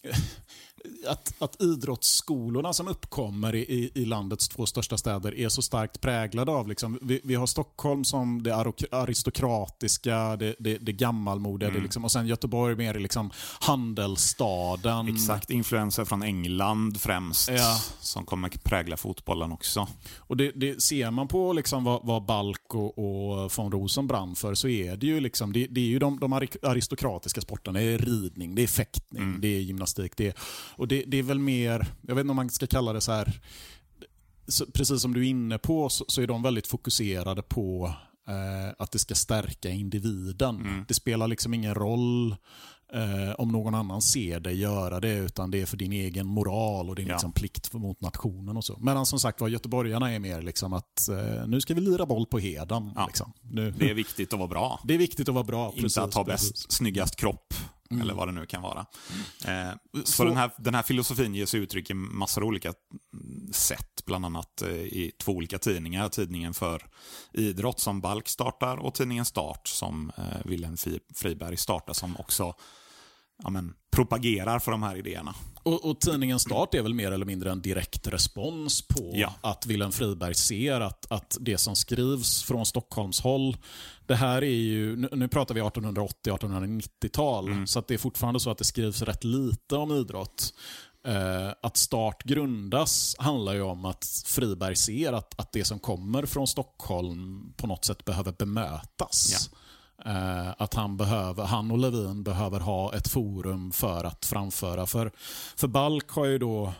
Att idrottsskolorna som uppkommer i landets två största städer är så starkt präglade av liksom, vi har Stockholm som det aristokratiska, det gammalmodiga, det liksom, och sen Göteborg mer liksom handelsstaden. Exakt, influenser från England främst som kommer prägla fotbollen också. Och det ser man på liksom vad Balk och von Rosen brann för, så är det ju liksom, det är ju de aristokratiska sporterna. Det är ridning, det är fäktning, det är gymnastik, och det är väl mer, jag vet inte om man ska kalla det så här, precis som du är inne på, så är de väldigt fokuserade på att det ska stärka individen. Det spelar liksom ingen roll om någon annan ser dig göra det, utan det är för din egen moral och din liksom plikt mot nationen och så. Medan som sagt var göteborgarna är mer liksom att nu ska vi lira boll på heden. Liksom. Det är viktigt att vara bra. Det är viktigt att vara bra. Inte precis, att ha snyggast kropp. Eller vad det nu kan vara. Så den här filosofin ger sig uttryck i massor av olika sätt. Bland annat i två olika tidningar. Tidningen för idrott som Balk startar och tidningen Start som Wilhelm Friberg startar, som också propagerar för de här idéerna. Och tidningen Start är väl mer eller mindre en direkt respons på att Wilhelm Friberg ser att det som skrivs från Stockholmshåll, det här är ju, nu pratar vi 1880-1890-tal, så att det är fortfarande så att det skrivs rätt lite om idrott. Att Start grundas handlar ju om att Friberg ser att det som kommer från Stockholm på något sätt behöver bemötas. Att han och Levin behöver ha ett forum för att framföra. För Balk har ju då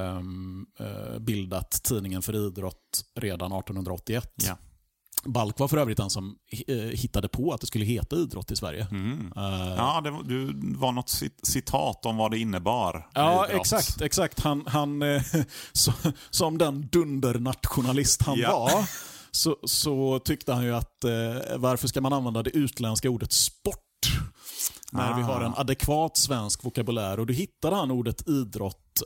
bildat tidningen för idrott redan 1881. Ja. Balk var för övrigt den som hittade på att det skulle heta idrott i Sverige. Ja, det var något citat om vad det innebar. Ja, exakt. Han som den dundernationalist han var, så tyckte han ju att varför ska man använda det utländska ordet sport när vi har en adekvat svensk vokabulär? Och då hittade han ordet idrott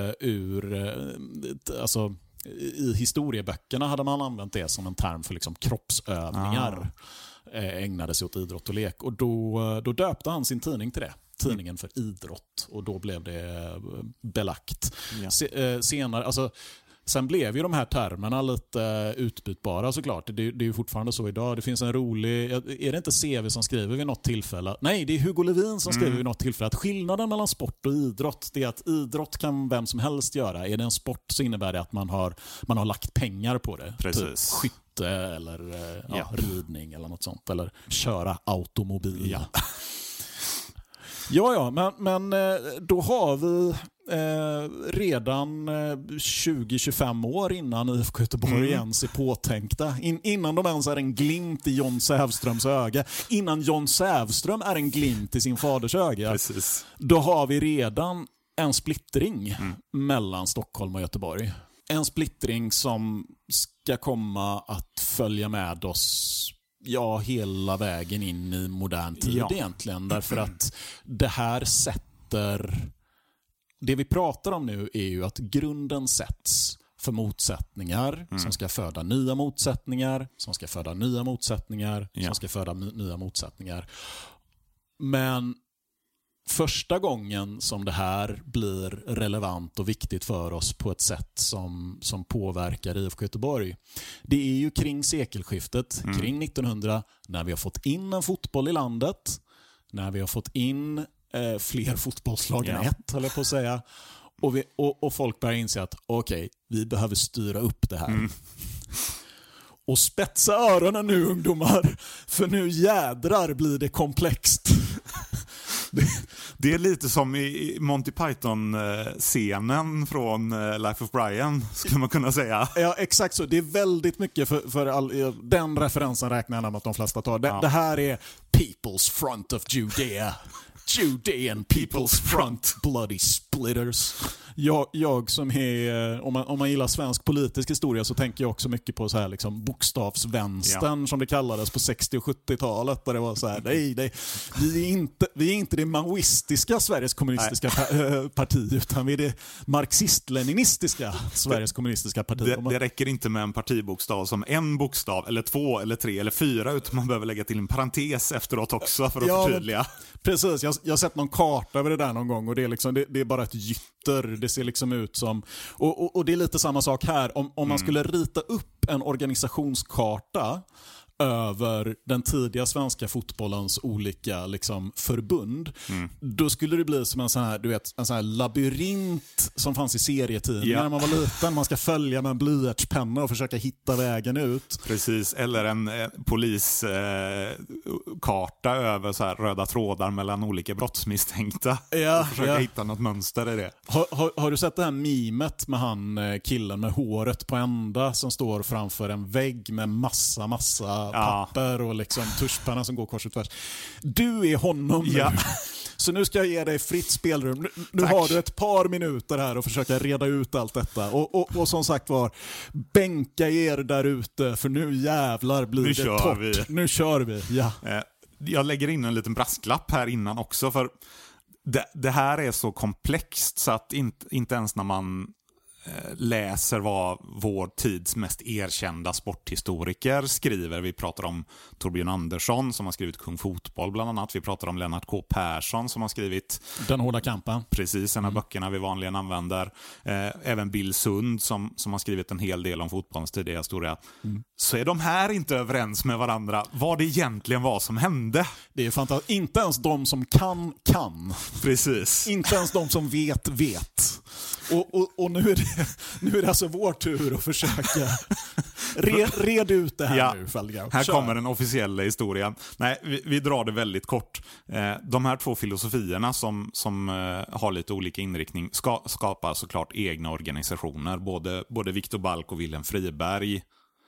i historieböckerna hade man använt det som en term för liksom kroppsövningar. Ägnade sig åt idrott och lek. Och då döpte han sin tidning till det. Tidningen för idrott. Och då blev det belagt. Senare, sen blev ju de här termerna lite utbytbara såklart. Det är ju fortfarande så idag. Det finns en rolig... Är det inte CV som skriver vid något tillfälle? Nej, det är Hugo Levin som skriver vid något tillfälle att skillnaden mellan sport och idrott, det är att idrott kan vem som helst göra. Är det en sport så innebär det att man har lagt pengar på det. Precis. Typ skytte eller ridning eller något sånt. Eller köra automobil. Men då har vi redan 20-25 år innan IFK Göteborg ens är påtänkta. Innan de ens är en glimt i John Sävströms öga. Innan John Sävström är en glimt i sin faders öga. Precis. Då har vi redan en splittring mellan Stockholm och Göteborg. En splittring som ska komma att följa med oss hela vägen in i modern tid egentligen. Därför att det här sätter... Det vi pratar om nu är ju att grunden sätts för motsättningar som ska föda nya motsättningar, som ska föda nya motsättningar, som ska föda nya motsättningar. Men första gången som det här blir relevant och viktigt för oss på ett sätt som påverkar IFK Göteborg, det är ju kring sekelskiftet, kring 1900, när vi har fått in en fotboll i landet, när vi har fått in fler fotbollslag än ett, höll jag på att säga. Och folk börjar inse att vi behöver styra upp det här. Och spetsa öronen nu, ungdomar, för nu jädrar blir det komplext. Det är lite som i Monty Python-scenen från Life of Brian, skulle man kunna säga. Ja, exakt så. Det är väldigt mycket för den referensen räknar jag med att de flesta tar. Det här är People's Front of Judea. Judean People's Front, bloody splitters. Jag som är, om man gillar svensk politisk historia, så tänker jag också mycket på så här liksom bokstavsvänstern som det kallades på 60- och 70-talet, där det var så här, nej, vi är inte det maoistiska Sveriges kommunistiska parti, utan vi är det marxist-leninistiska Sveriges kommunistiska parti. Det räcker inte med en partibokstav som en bokstav, eller 2, eller 3, eller 4, utan man behöver lägga till en parentes efteråt också för att förtydliga. Precis, jag har sett någon karta över det där någon gång, och det är, liksom, det är bara ett gytter. Det ser liksom ut som... Och det är lite samma sak här. Om man skulle rita upp en organisationskarta över den tidiga svenska fotbollens olika liksom förbund, då skulle det bli som en sån här, du vet, en sån här labyrint som fanns i serietidningar när man var liten. Man ska följa med en blyertspenna och försöka hitta vägen ut. Precis, eller en poliskarta över så här röda trådar mellan olika brottsmisstänkta. Försöka hitta något mönster i det. Har du sett det här memet med han killen med håret på ända som står framför en vägg med massa papper och liksom tuschpenna som går kors och tvärs? Du är honom nu. Så nu ska jag ge dig fritt spelrum. Nu har du ett par minuter här och försöka reda ut allt detta. Och som sagt var, bänka er där ute, för nu jävlar blir det torrt. Nu kör vi. Ja. Jag lägger in en liten brasklapp här innan också, för det här är så komplext så att inte ens när man läser vad vår tids mest erkända sporthistoriker skriver. Vi pratar om Torbjörn Andersson som har skrivit Kung Fotboll bland annat. Vi pratar om Lennart K. Persson som har skrivit Den hårda kampen. Precis, en av böckerna vi vanligen använder. Även Bill Sund som har skrivit en hel del om fotbollens tidiga historia. Så är de här inte överens med varandra vad det egentligen var som hände. Det är fantastiskt. Inte ens de som kan. Precis. Inte ens de som vet. Och nu är det alltså vår tur att försöka red ut det här nu, Fällgrav. Här kommer den officiella historien. Nej, vi drar det väldigt kort. De här två filosofierna som har lite olika inriktning skapar såklart egna organisationer. Både Viktor Balk och Wilhelm Friberg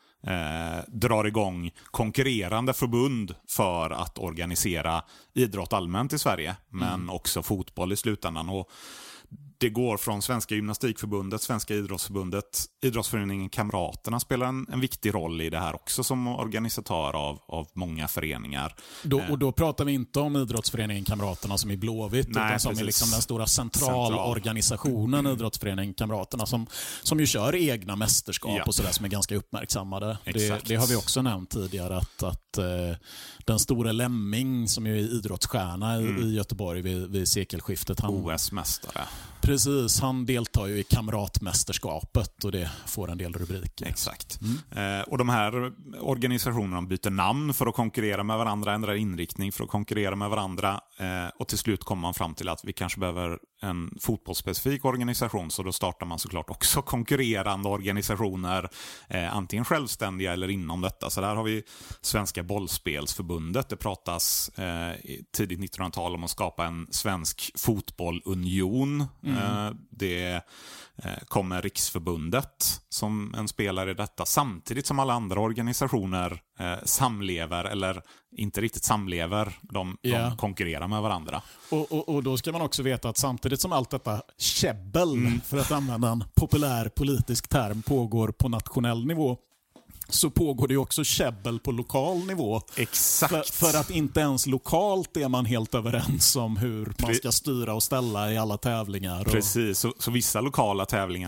drar igång konkurrerande förbund för att organisera idrott allmänt i Sverige, men också fotboll i slutändan. Och det går från Svenska gymnastikförbundet, Svenska idrottsförbundet, idrottsföreningen Kamraterna spelar en viktig roll i det här också som organisatör av många föreningar. Och då pratar vi inte om idrottsföreningen Kamraterna som är Blåvitt, utan som är liksom den stora centralorganisationen idrottsföreningen Kamraterna som ju kör egna mästerskap och sådär som är ganska uppmärksammade. Det har vi också nämnt tidigare att den stora Lemming som ju är idrottsstjärna i Göteborg vid sekelskiftet. OS-mästare. Precis, han deltar ju i kamratmästerskapet och det får en del rubriker. Exakt. Och de här organisationerna byter namn för att konkurrera med varandra, ändrar inriktning för att konkurrera med varandra och till slut kommer man fram till att vi kanske behöver en fotbollsspecifik organisation, så då startar man såklart också konkurrerande organisationer, antingen självständiga eller inom detta. Så där har vi Svenska bollspelsförbundet. Det pratas tidigt 1900-tal om att skapa en svensk fotbollunion. Det kommer Riksförbundet som en spelare i detta, samtidigt som alla andra organisationer samlever, eller inte riktigt samlever, de konkurrerar med varandra. Och då ska man också veta att samtidigt som allt detta käbbel, för att använda en populär politisk term, pågår på nationell nivå, så pågår det också käbbel på lokal nivå. Exakt. För att inte ens lokalt är man helt överens om hur man ska styra och ställa i alla tävlingar. Precis, så vissa lokala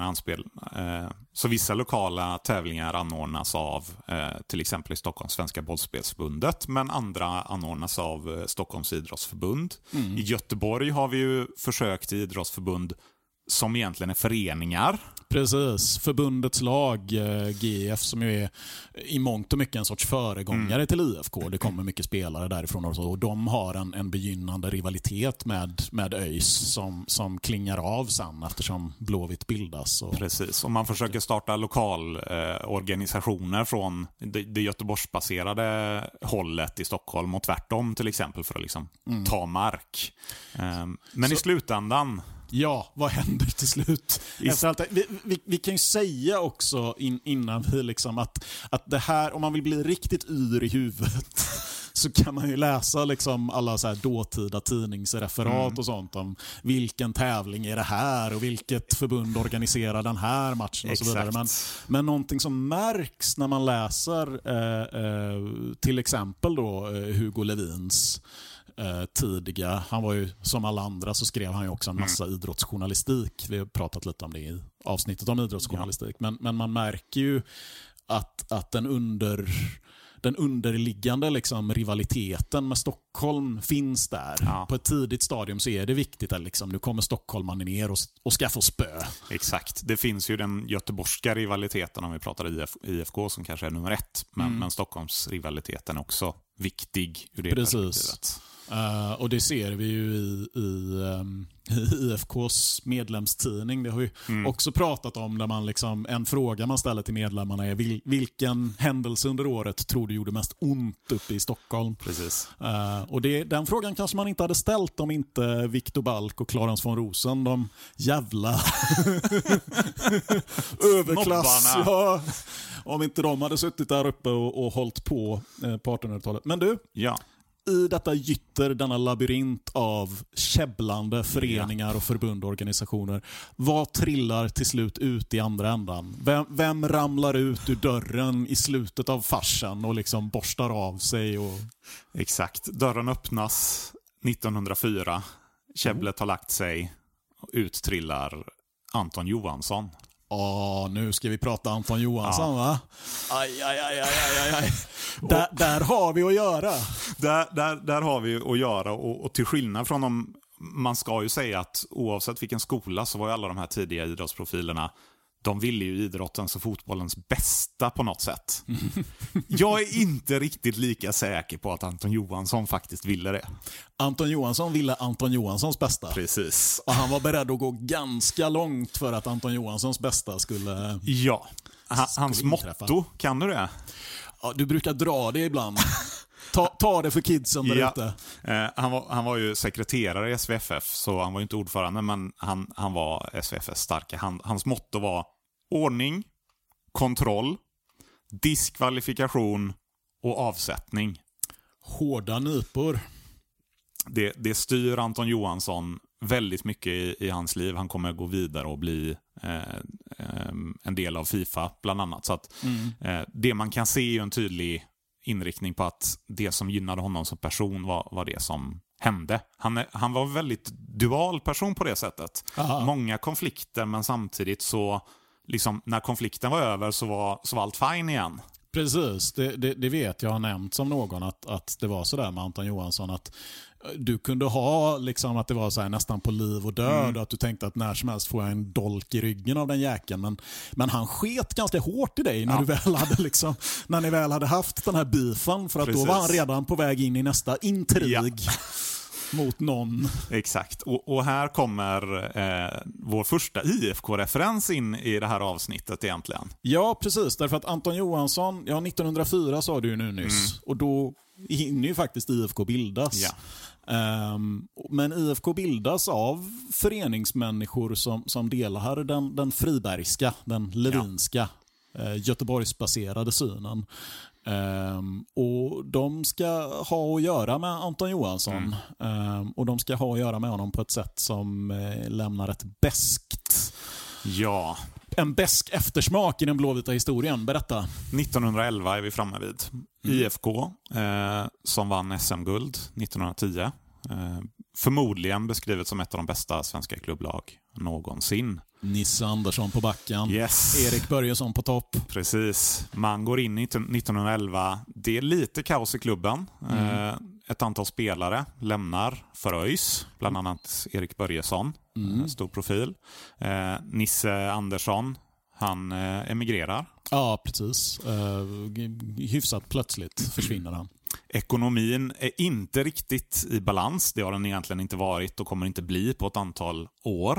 tävlingar anordnas av till exempel i Stockholms Svenska bollspelsförbundet, men andra anordnas av Stockholms idrottsförbund. I Göteborg har vi ju försökt i idrottsförbund som egentligen är föreningar. Precis, förbundets lag GF som ju är i mångt och mycket en sorts föregångare till IFK. Det kommer mycket spelare därifrån och de har en begynnande rivalitet med ÖIS som klingar av sen eftersom Blåvitt bildas. Precis, och man försöker starta lokalorganisationer från det Göteborgsbaserade hållet i Stockholm och tvärtom till exempel för att liksom ta mark. Men i slutändan... Ja, vad händer till slut? Vi kan ju säga också innan vi liksom att det här, om man vill bli riktigt yr i huvudet så kan man ju läsa liksom alla så här dåtida tidningsreferat och sånt om vilken tävling är det här och vilket förbund organiserar den här matchen och så vidare. Men någonting som märks när man läser till exempel då Hugo Levins tidiga, han var ju som alla andra, så skrev han ju också en massa idrottsjournalistik. Vi har pratat lite om det i avsnittet om idrottsjournalistik. Men man märker ju att den underliggande liksom rivaliteten med Stockholm finns där. På ett tidigt stadium så är det viktigt att liksom, nu kommer stockholmarna ner och ska få spö. Exakt. Det finns ju den göteborgska rivaliteten om vi pratar IFK som kanske är nummer 1. Men Stockholms rivaliteten är också viktig ur det perspektivet. Och det ser vi ju i IFKs medlemstidning. Det har ju också pratat om där man liksom, en fråga man ställer till medlemmarna är vilken händelse under året tror du gjorde mest ont uppe i Stockholm? Precis. Och den frågan kanske man inte hade ställt om inte Viktor Balk och Clarence von Rosen, de jävla överklass, om inte de hade suttit där uppe och hållit på 1800-talet. Men du, i detta gytter, denna labyrint av käbblande föreningar och förbund och organisationer, vad trillar till slut ut i andra ändan? Vem ramlar ut ur dörren i slutet av farsen och liksom borstar av sig? Exakt, dörren öppnas 1904, käbblet har lagt sig och ut trillar Anton Johansson. Nu ska vi prata Anton Johansson, va? Aj. Där har vi att göra. Där har vi att göra, och till skillnad från dem, man ska ju säga att oavsett vilken skola så var ju alla de här tidiga idrottsprofilerna, de ville ju idrottens och fotbollens bästa på något sätt. Jag är inte riktigt lika säker på att Anton Johansson faktiskt ville det. Anton Johansson ville Anton Johanssons bästa. Precis. Och han var beredd att gå ganska långt för att Anton Johanssons bästa skulle... Ja, hans motto, kan du det? Ja, du brukar dra det ibland. Ta det för kidsen där ute. Han var ju sekreterare i SVFF, så han var ju inte ordförande, men han var SVFFs starka hand. Hans motto var ordning, kontroll, diskvalifikation och avsättning. Hårda nypor. Det styr Anton Johansson väldigt mycket i hans liv. Han kommer att gå vidare och bli en del av FIFA bland annat. Så att det man kan se är ju en tydlig inriktning på att det som gynnade honom som person var det som hände. Han var en väldigt dual person på det sättet. Aha. Många konflikter, men samtidigt så liksom, när konflikten var över så var allt fine igen. Precis, det vet jag har nämnt som någon att det var så där med Anton Johansson, att du kunde ha liksom att det var så här nästan på liv och död, att du tänkte att när som helst får jag en dolk i ryggen av den jäkeln, men han sket ganska hårt i dig när du väl hade liksom, när ni väl hade haft den här beefen, för att då var han redan på väg in i nästa intrig mot någon. Exakt, och här kommer vår första IFK-referens in i det här avsnittet egentligen. Ja, precis, därför att Anton Johansson, 1904 sa du ju nu nyss, och då hinner ju faktiskt IFK bildas. Ja. Men IFK bildas av föreningsmänniskor som delar den fribergska, den levinska, Göteborgsbaserade synen. Och de ska ha att göra med Anton Johansson, och de ska ha att göra med honom på ett sätt som lämnar ett beskt. Ja. En besk eftersmak i den blåvita historien. Berätta. 1911 är vi framme vid. IFK som vann SM-guld 1910. Förmodligen beskrivet som ett av de bästa svenska klubblag någonsin. Nisse Andersson på backen. Yes. Erik Börjesson på topp. Precis. Man går in i 1911. Det är lite kaos i klubben. Ett antal spelare lämnar för ÖIS. Bland annat Erik Börjesson. Stor profil. Nisse Andersson. Han emigrerar. Ja, precis. Hyfsat plötsligt försvinner han. Ekonomin är inte riktigt i balans. Det har den egentligen inte varit och kommer inte bli på ett antal år.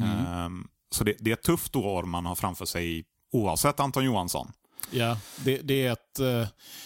Så det är ett tufft år man har framför sig oavsett Anton Johansson. Ja, det är ett...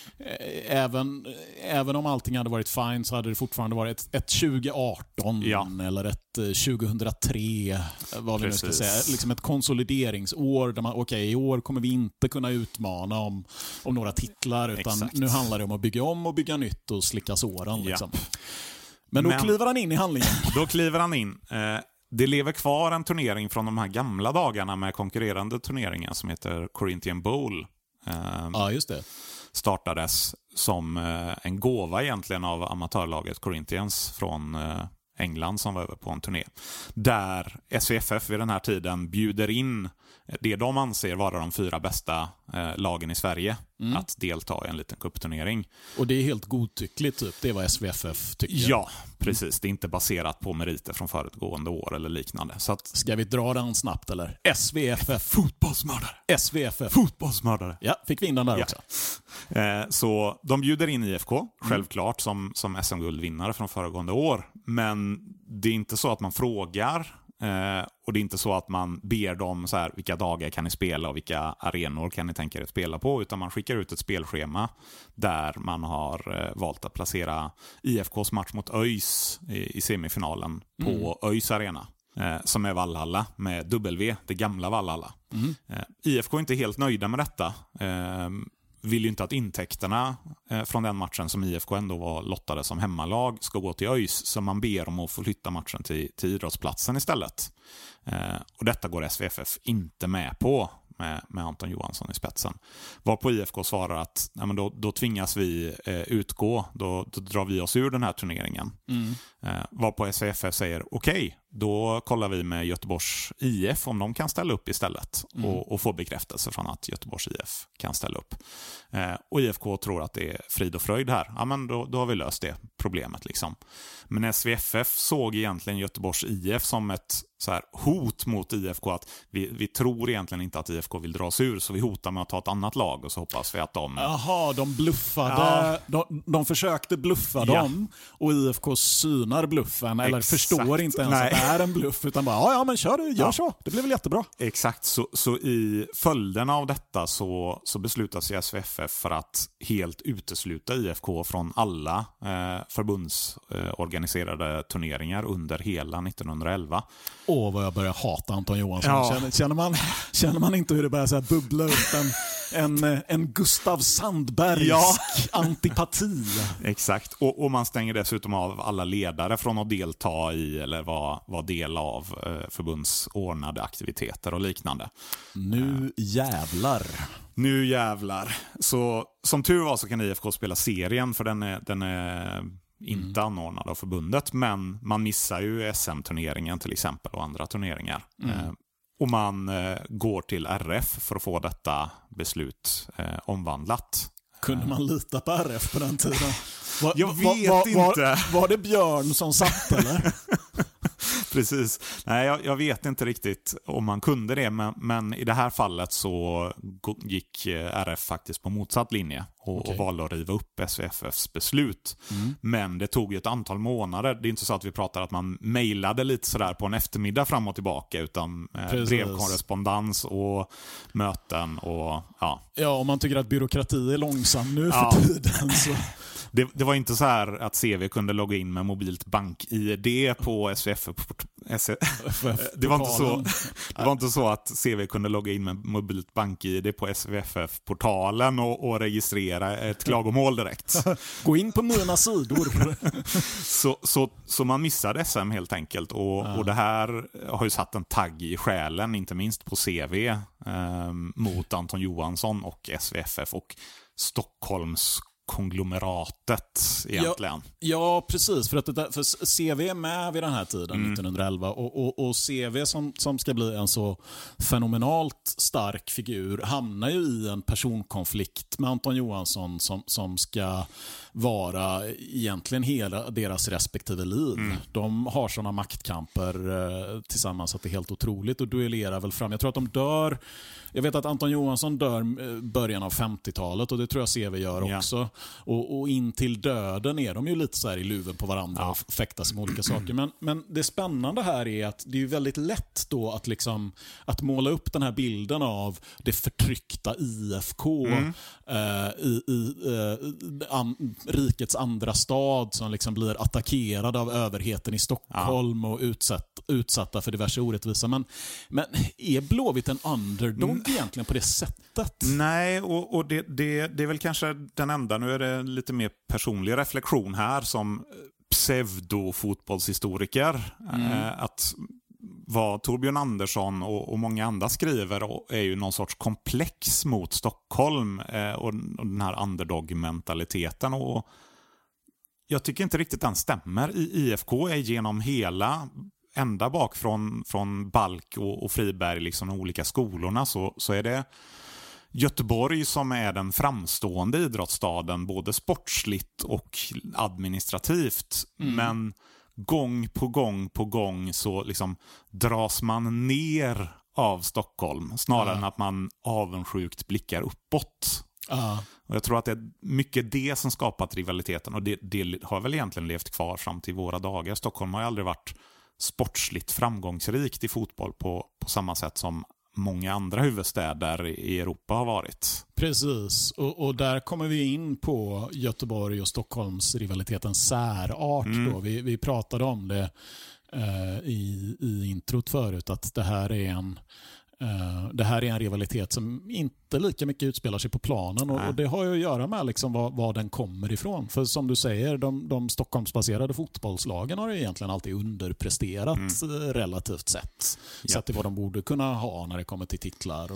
Även om allting hade varit fine så hade det fortfarande varit ett 2018 eller ett 2003, vad vi nu ska säga. Liksom ett konsolideringsår där man, i år kommer vi inte kunna utmana om några titlar, utan nu handlar det om att bygga om och bygga nytt och slicka såren. Liksom. Men då kliver han in i handlingen. Då kliver han in. Det lever kvar en turnering från de här gamla dagarna med konkurrerande turneringar som heter Corinthian Bowl. Ja, just det. Startades som en gåva egentligen av amatörlaget Corinthians från England som var över på en turné. Där SVFF vid den här tiden bjuder in det de anser vara de 4 bästa lagen i Sverige att delta i en liten cupturnering. Och det är helt godtyckligt typ, det är vad SVFF tycker. Ja, precis. Det är inte baserat på meriter från föregående år eller liknande. Så att... Ska vi dra den snabbt eller? SVFF. Fotbollsmördare. SVFF. Fotbollsmördare. Ja, fick vi in den där också. Så de bjuder in IFK, självklart, som SM-guldvinnare från föregående år. Men det är inte så att man frågar, och det är inte så att man ber dem så här, vilka dagar kan ni spela och vilka arenor kan ni tänka er att spela på, utan man skickar ut ett spelschema där man har valt att placera IFKs match mot ÖIS i semifinalen på ÖIS arena, som är Valhalla med W, det gamla Valhalla. IFK är inte helt nöjda med detta. Vill ju inte att intäkterna från den matchen som IFK ändå var lottade som hemmalag ska gå till ÖIS, så man ber om att få flytta matchen till idrottsplatsen istället. Och detta går SVFF inte med på med Anton Johansson i spetsen. Varpå IFK svarar att då tvingas vi utgå, då drar vi oss ur den här turneringen. Varpå SVFF säger okej, då kollar vi med Göteborgs IF om de kan ställa upp istället och få bekräftelse från att Göteborgs IF kan ställa upp. Och IFK tror att det är frid och fröjd här. Ja, men då har vi löst det problemet liksom. Men SVFF såg egentligen Göteborgs IF som ett så här hot mot IFK, att vi tror egentligen inte att IFK vill dra sig ur, så vi hotar med att ta ett annat lag och så hoppas vi att de... Jaha, de bluffade. Ja. De försökte bluffa dem och IFK synar bluffen eller förstår inte ens att det är en bluff, utan bara ja men kör du, gör så. Det blir väl jättebra. Exakt, så i följderna av detta så beslutas ju SVFF för att helt utesluta IFK från alla förbundsorganiserade turneringar under hela 1911. Vad jag börjar hata Anton Johansson. Ja. Känner man inte hur det börjar så här bubbla upp en Gustav Sandbergsk antipati? Exakt, och man stänger dessutom av alla ledare från att delta i eller vara del av förbundsordnade aktiviteter och liknande. Nu jävlar. Så som tur var så kan IFK spela serien, för den är inte anordnad av förbundet, men man missar ju SM-turneringen till exempel och andra turneringar. Och man går till RF för att få detta beslut omvandlat. Kunde man lita på RF på den tiden? Jag vet inte. Var det Björn som satt eller? Precis. Nej, jag vet inte riktigt om man kunde det, men i det här fallet så gick RF faktiskt på motsatt linje och valde att riva upp SVFFs beslut. Men det tog ju ett antal månader. Det är inte så att vi pratar att man mejlade lite sådär på en eftermiddag fram och tillbaka, utan brevkorrespondens och möten och Ja, om man tycker att byråkrati är långsam nu för tiden så... Det var inte så här att CV kunde logga in med mobilt bank-ID på SVFF. Det var inte så att CV kunde logga in med mobilt bank-ID på SVFF-portalen och registrera ett klagomål direkt. Gå in på mina sidor. Så man missade SM helt enkelt. Och det här har ju satt en tagg i själen, inte minst på CV, mot Anton Johansson och SVFF och Stockholms konglomeratet egentligen. Ja, precis. För CV är med vid den här tiden, 1911. Och CV som ska bli en så fenomenalt stark figur hamnar ju i en personkonflikt med Anton Johansson som ska vara egentligen hela deras respektive liv. De har sådana maktkamper tillsammans att det är helt otroligt och duellerar väl fram. Jag tror att de dör. Jag vet att Anton Johansson dör början av 50-talet och det tror jag CV gör också. Och in till döden är de ju lite så här i luven på varandra och fäktas med olika saker. Men det spännande här är att det är väldigt lätt då att måla upp den här bilden av det förtryckta IFK i rikets andra stad som liksom blir attackerad av överheten i Stockholm och utsatta för diverse orättvisa. Men är Blåvitt en underdog egentligen på det sättet? Nej, och det är väl kanske den enda, nu är det lite mer personlig reflektion här som pseudo-fotbollshistoriker, att vad Torbjörn Andersson och många andra skriver är ju någon sorts komplex mot Stockholm och den här underdog-mentaliteten, och jag tycker inte riktigt den stämmer. IFK är genom hela ända bak från Balk och Friberg, liksom de olika skolorna, så är det Göteborg som är den framstående idrottsstaden, både sportsligt och administrativt. Men gång på gång så liksom dras man ner av Stockholm snarare än att man avundsjukt blickar uppåt. Och jag tror att det är mycket det som skapat rivaliteten, och det har väl egentligen levt kvar fram till våra dagar. Stockholm har ju aldrig varit sportsligt framgångsrikt i fotboll på samma sätt som många andra huvudstäder i Europa har varit. Precis, och där kommer vi in på Göteborg och Stockholms rivalitetens särart. Då. Vi pratade om det i introt förut, att det här är Det här är en rivalitet som inte lika mycket utspelar sig på planen och det har ju att göra med liksom var den kommer ifrån. För som du säger, de Stockholmsbaserade fotbollslagen har ju egentligen alltid underpresterat relativt sett. Sett till vad de borde kunna ha när det kommer till titlar.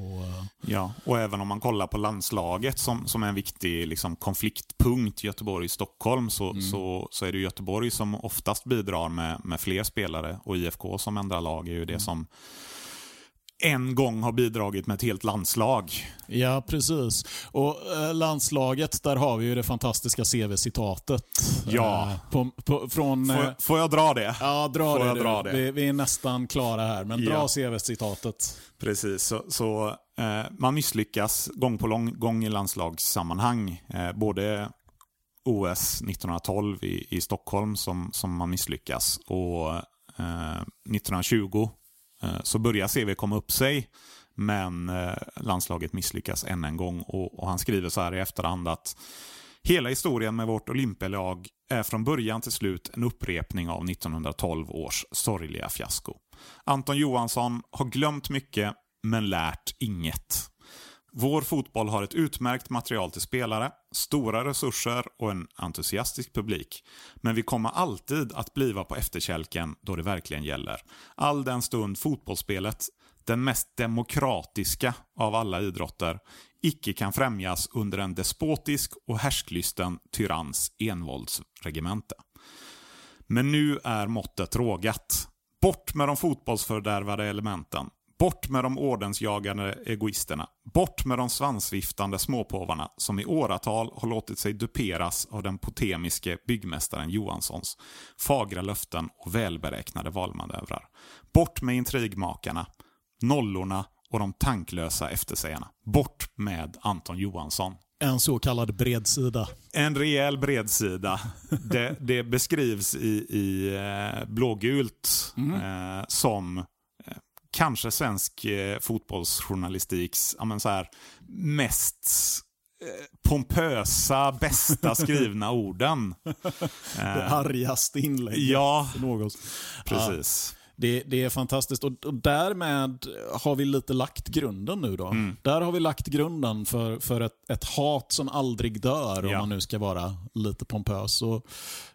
Och även om man kollar på landslaget som är en viktig liksom, konfliktpunkt Göteborg-Stockholm så är det Göteborg som oftast bidrar med fler spelare och IFK som enda lag är ju det som en gång har bidragit med ett helt landslag. Ja, precis. Och landslaget, där har vi ju det fantastiska CV-citatet. Ja. Från, får jag dra det? Ja, dra det. Vi är nästan klara här, men dra CV-citatet. Precis, så man misslyckas gång på gång i landslagssammanhang. Både OS 1912 i Stockholm som man misslyckas och 1920 så börjar CV komma upp sig, men landslaget misslyckas än en gång och han skriver så här i efterhand att hela historien med vårt Olympialag är från början till slut en upprepning av 1912 års sorgliga fiasko. Anton Johansson har glömt mycket men lärt inget. Vår fotboll har ett utmärkt material till spelare, stora resurser och en entusiastisk publik. Men vi kommer alltid att bliva på efterkälken då det verkligen gäller. All den stund fotbollsspelet, den mest demokratiska av alla idrotter, icke kan främjas under en despotisk och härsklysten tyrans envåldsregemente. Men nu är måttet rågat. Bort med de fotbollsfördärvade elementen. Bort med de ordensjagande egoisterna. Bort med de svansviftande småpåvarna som i åratal har låtit sig duperas av den potemiske byggmästaren Johanssons fagra löften och välberäknade valmanövrar. Bort med intrigmakarna, nollorna och de tanklösa eftersägarna. Bort med Anton Johansson. En så kallad bredsida. En rejäl bredsida. Det beskrivs i blågult som kanske svensk fotbollsjournalistiks så här, mest pompösa, bästa skrivna orden. Det argaste inlägget. Ja, precis. Ja. Det är fantastiskt och därmed har vi lite lagt grunden nu då. Där har vi lagt grunden för ett hat som aldrig dör om man nu ska vara lite pompös. Och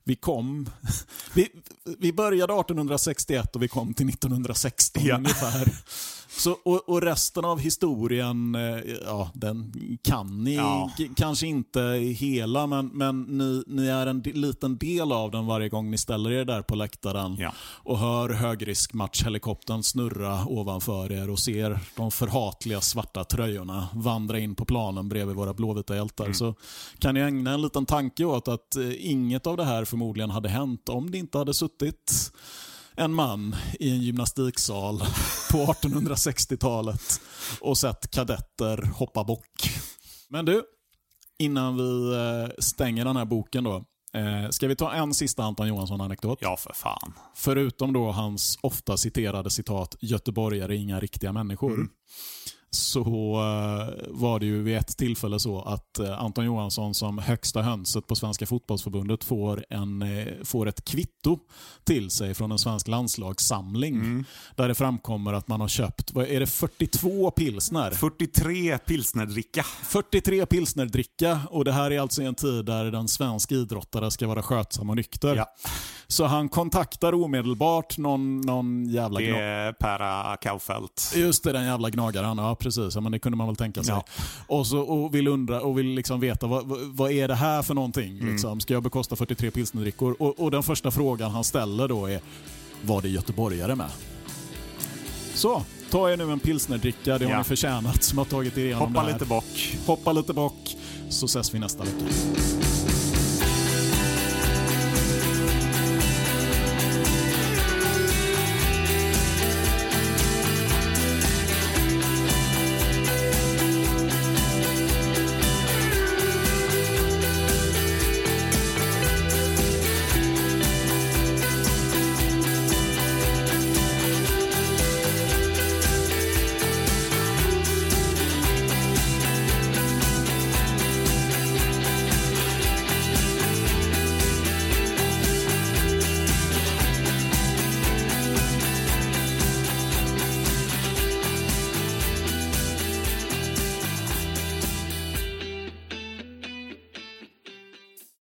vi började 1861 och vi kom till 1916 ungefär. Så, och resten av historien, den kan ni kanske inte hela, men ni är en liten del av den varje gång ni ställer er där på läktaren och hör högriskmatchhelikoptern snurra ovanför er och ser de förhatliga svarta tröjorna vandra in på planen bredvid våra blåvita hjältar. Så kan ni ägna en liten tanke åt att inget av det här förmodligen hade hänt om det inte hade suttit en man i en gymnastiksal på 1860-talet och sett kadetter hoppa bock. Men du, innan vi stänger den här boken då, ska vi ta en sista Anton Johansson-anekdot? Ja, för fan. Förutom då hans ofta citerade citat "Göteborgare är inga riktiga människor", så var det ju vid ett tillfälle så att Anton Johansson som högsta hönset på Svenska fotbollsförbundet får ett kvitto till sig från en svensk landslagssamling där det framkommer att man har köpt, vad är det, 42 pilsner? 43 pilsnerdricka. 43 pilsnerdricka, och det här är alltså en tid där den svenska idrottare ska vara skötsam och nykter. Ja. Så han kontaktar omedelbart någon jävla Det är Per Kaufelt. Just det, den jävla gnagaren. Ja, precis. Men det kunde man väl tänka sig. Ja. Och vill liksom veta vad är det här för någonting? Liksom? Ska jag bekosta 43 pilsnerdrickor? Och den första frågan han ställer då är: var det göteborgare med? Så, ta er nu en pilsnerdricka. Det har ni förtjänat som har tagit er igenom det här. Hoppa lite bock. Hoppa lite bock. Så ses vi nästa vecka.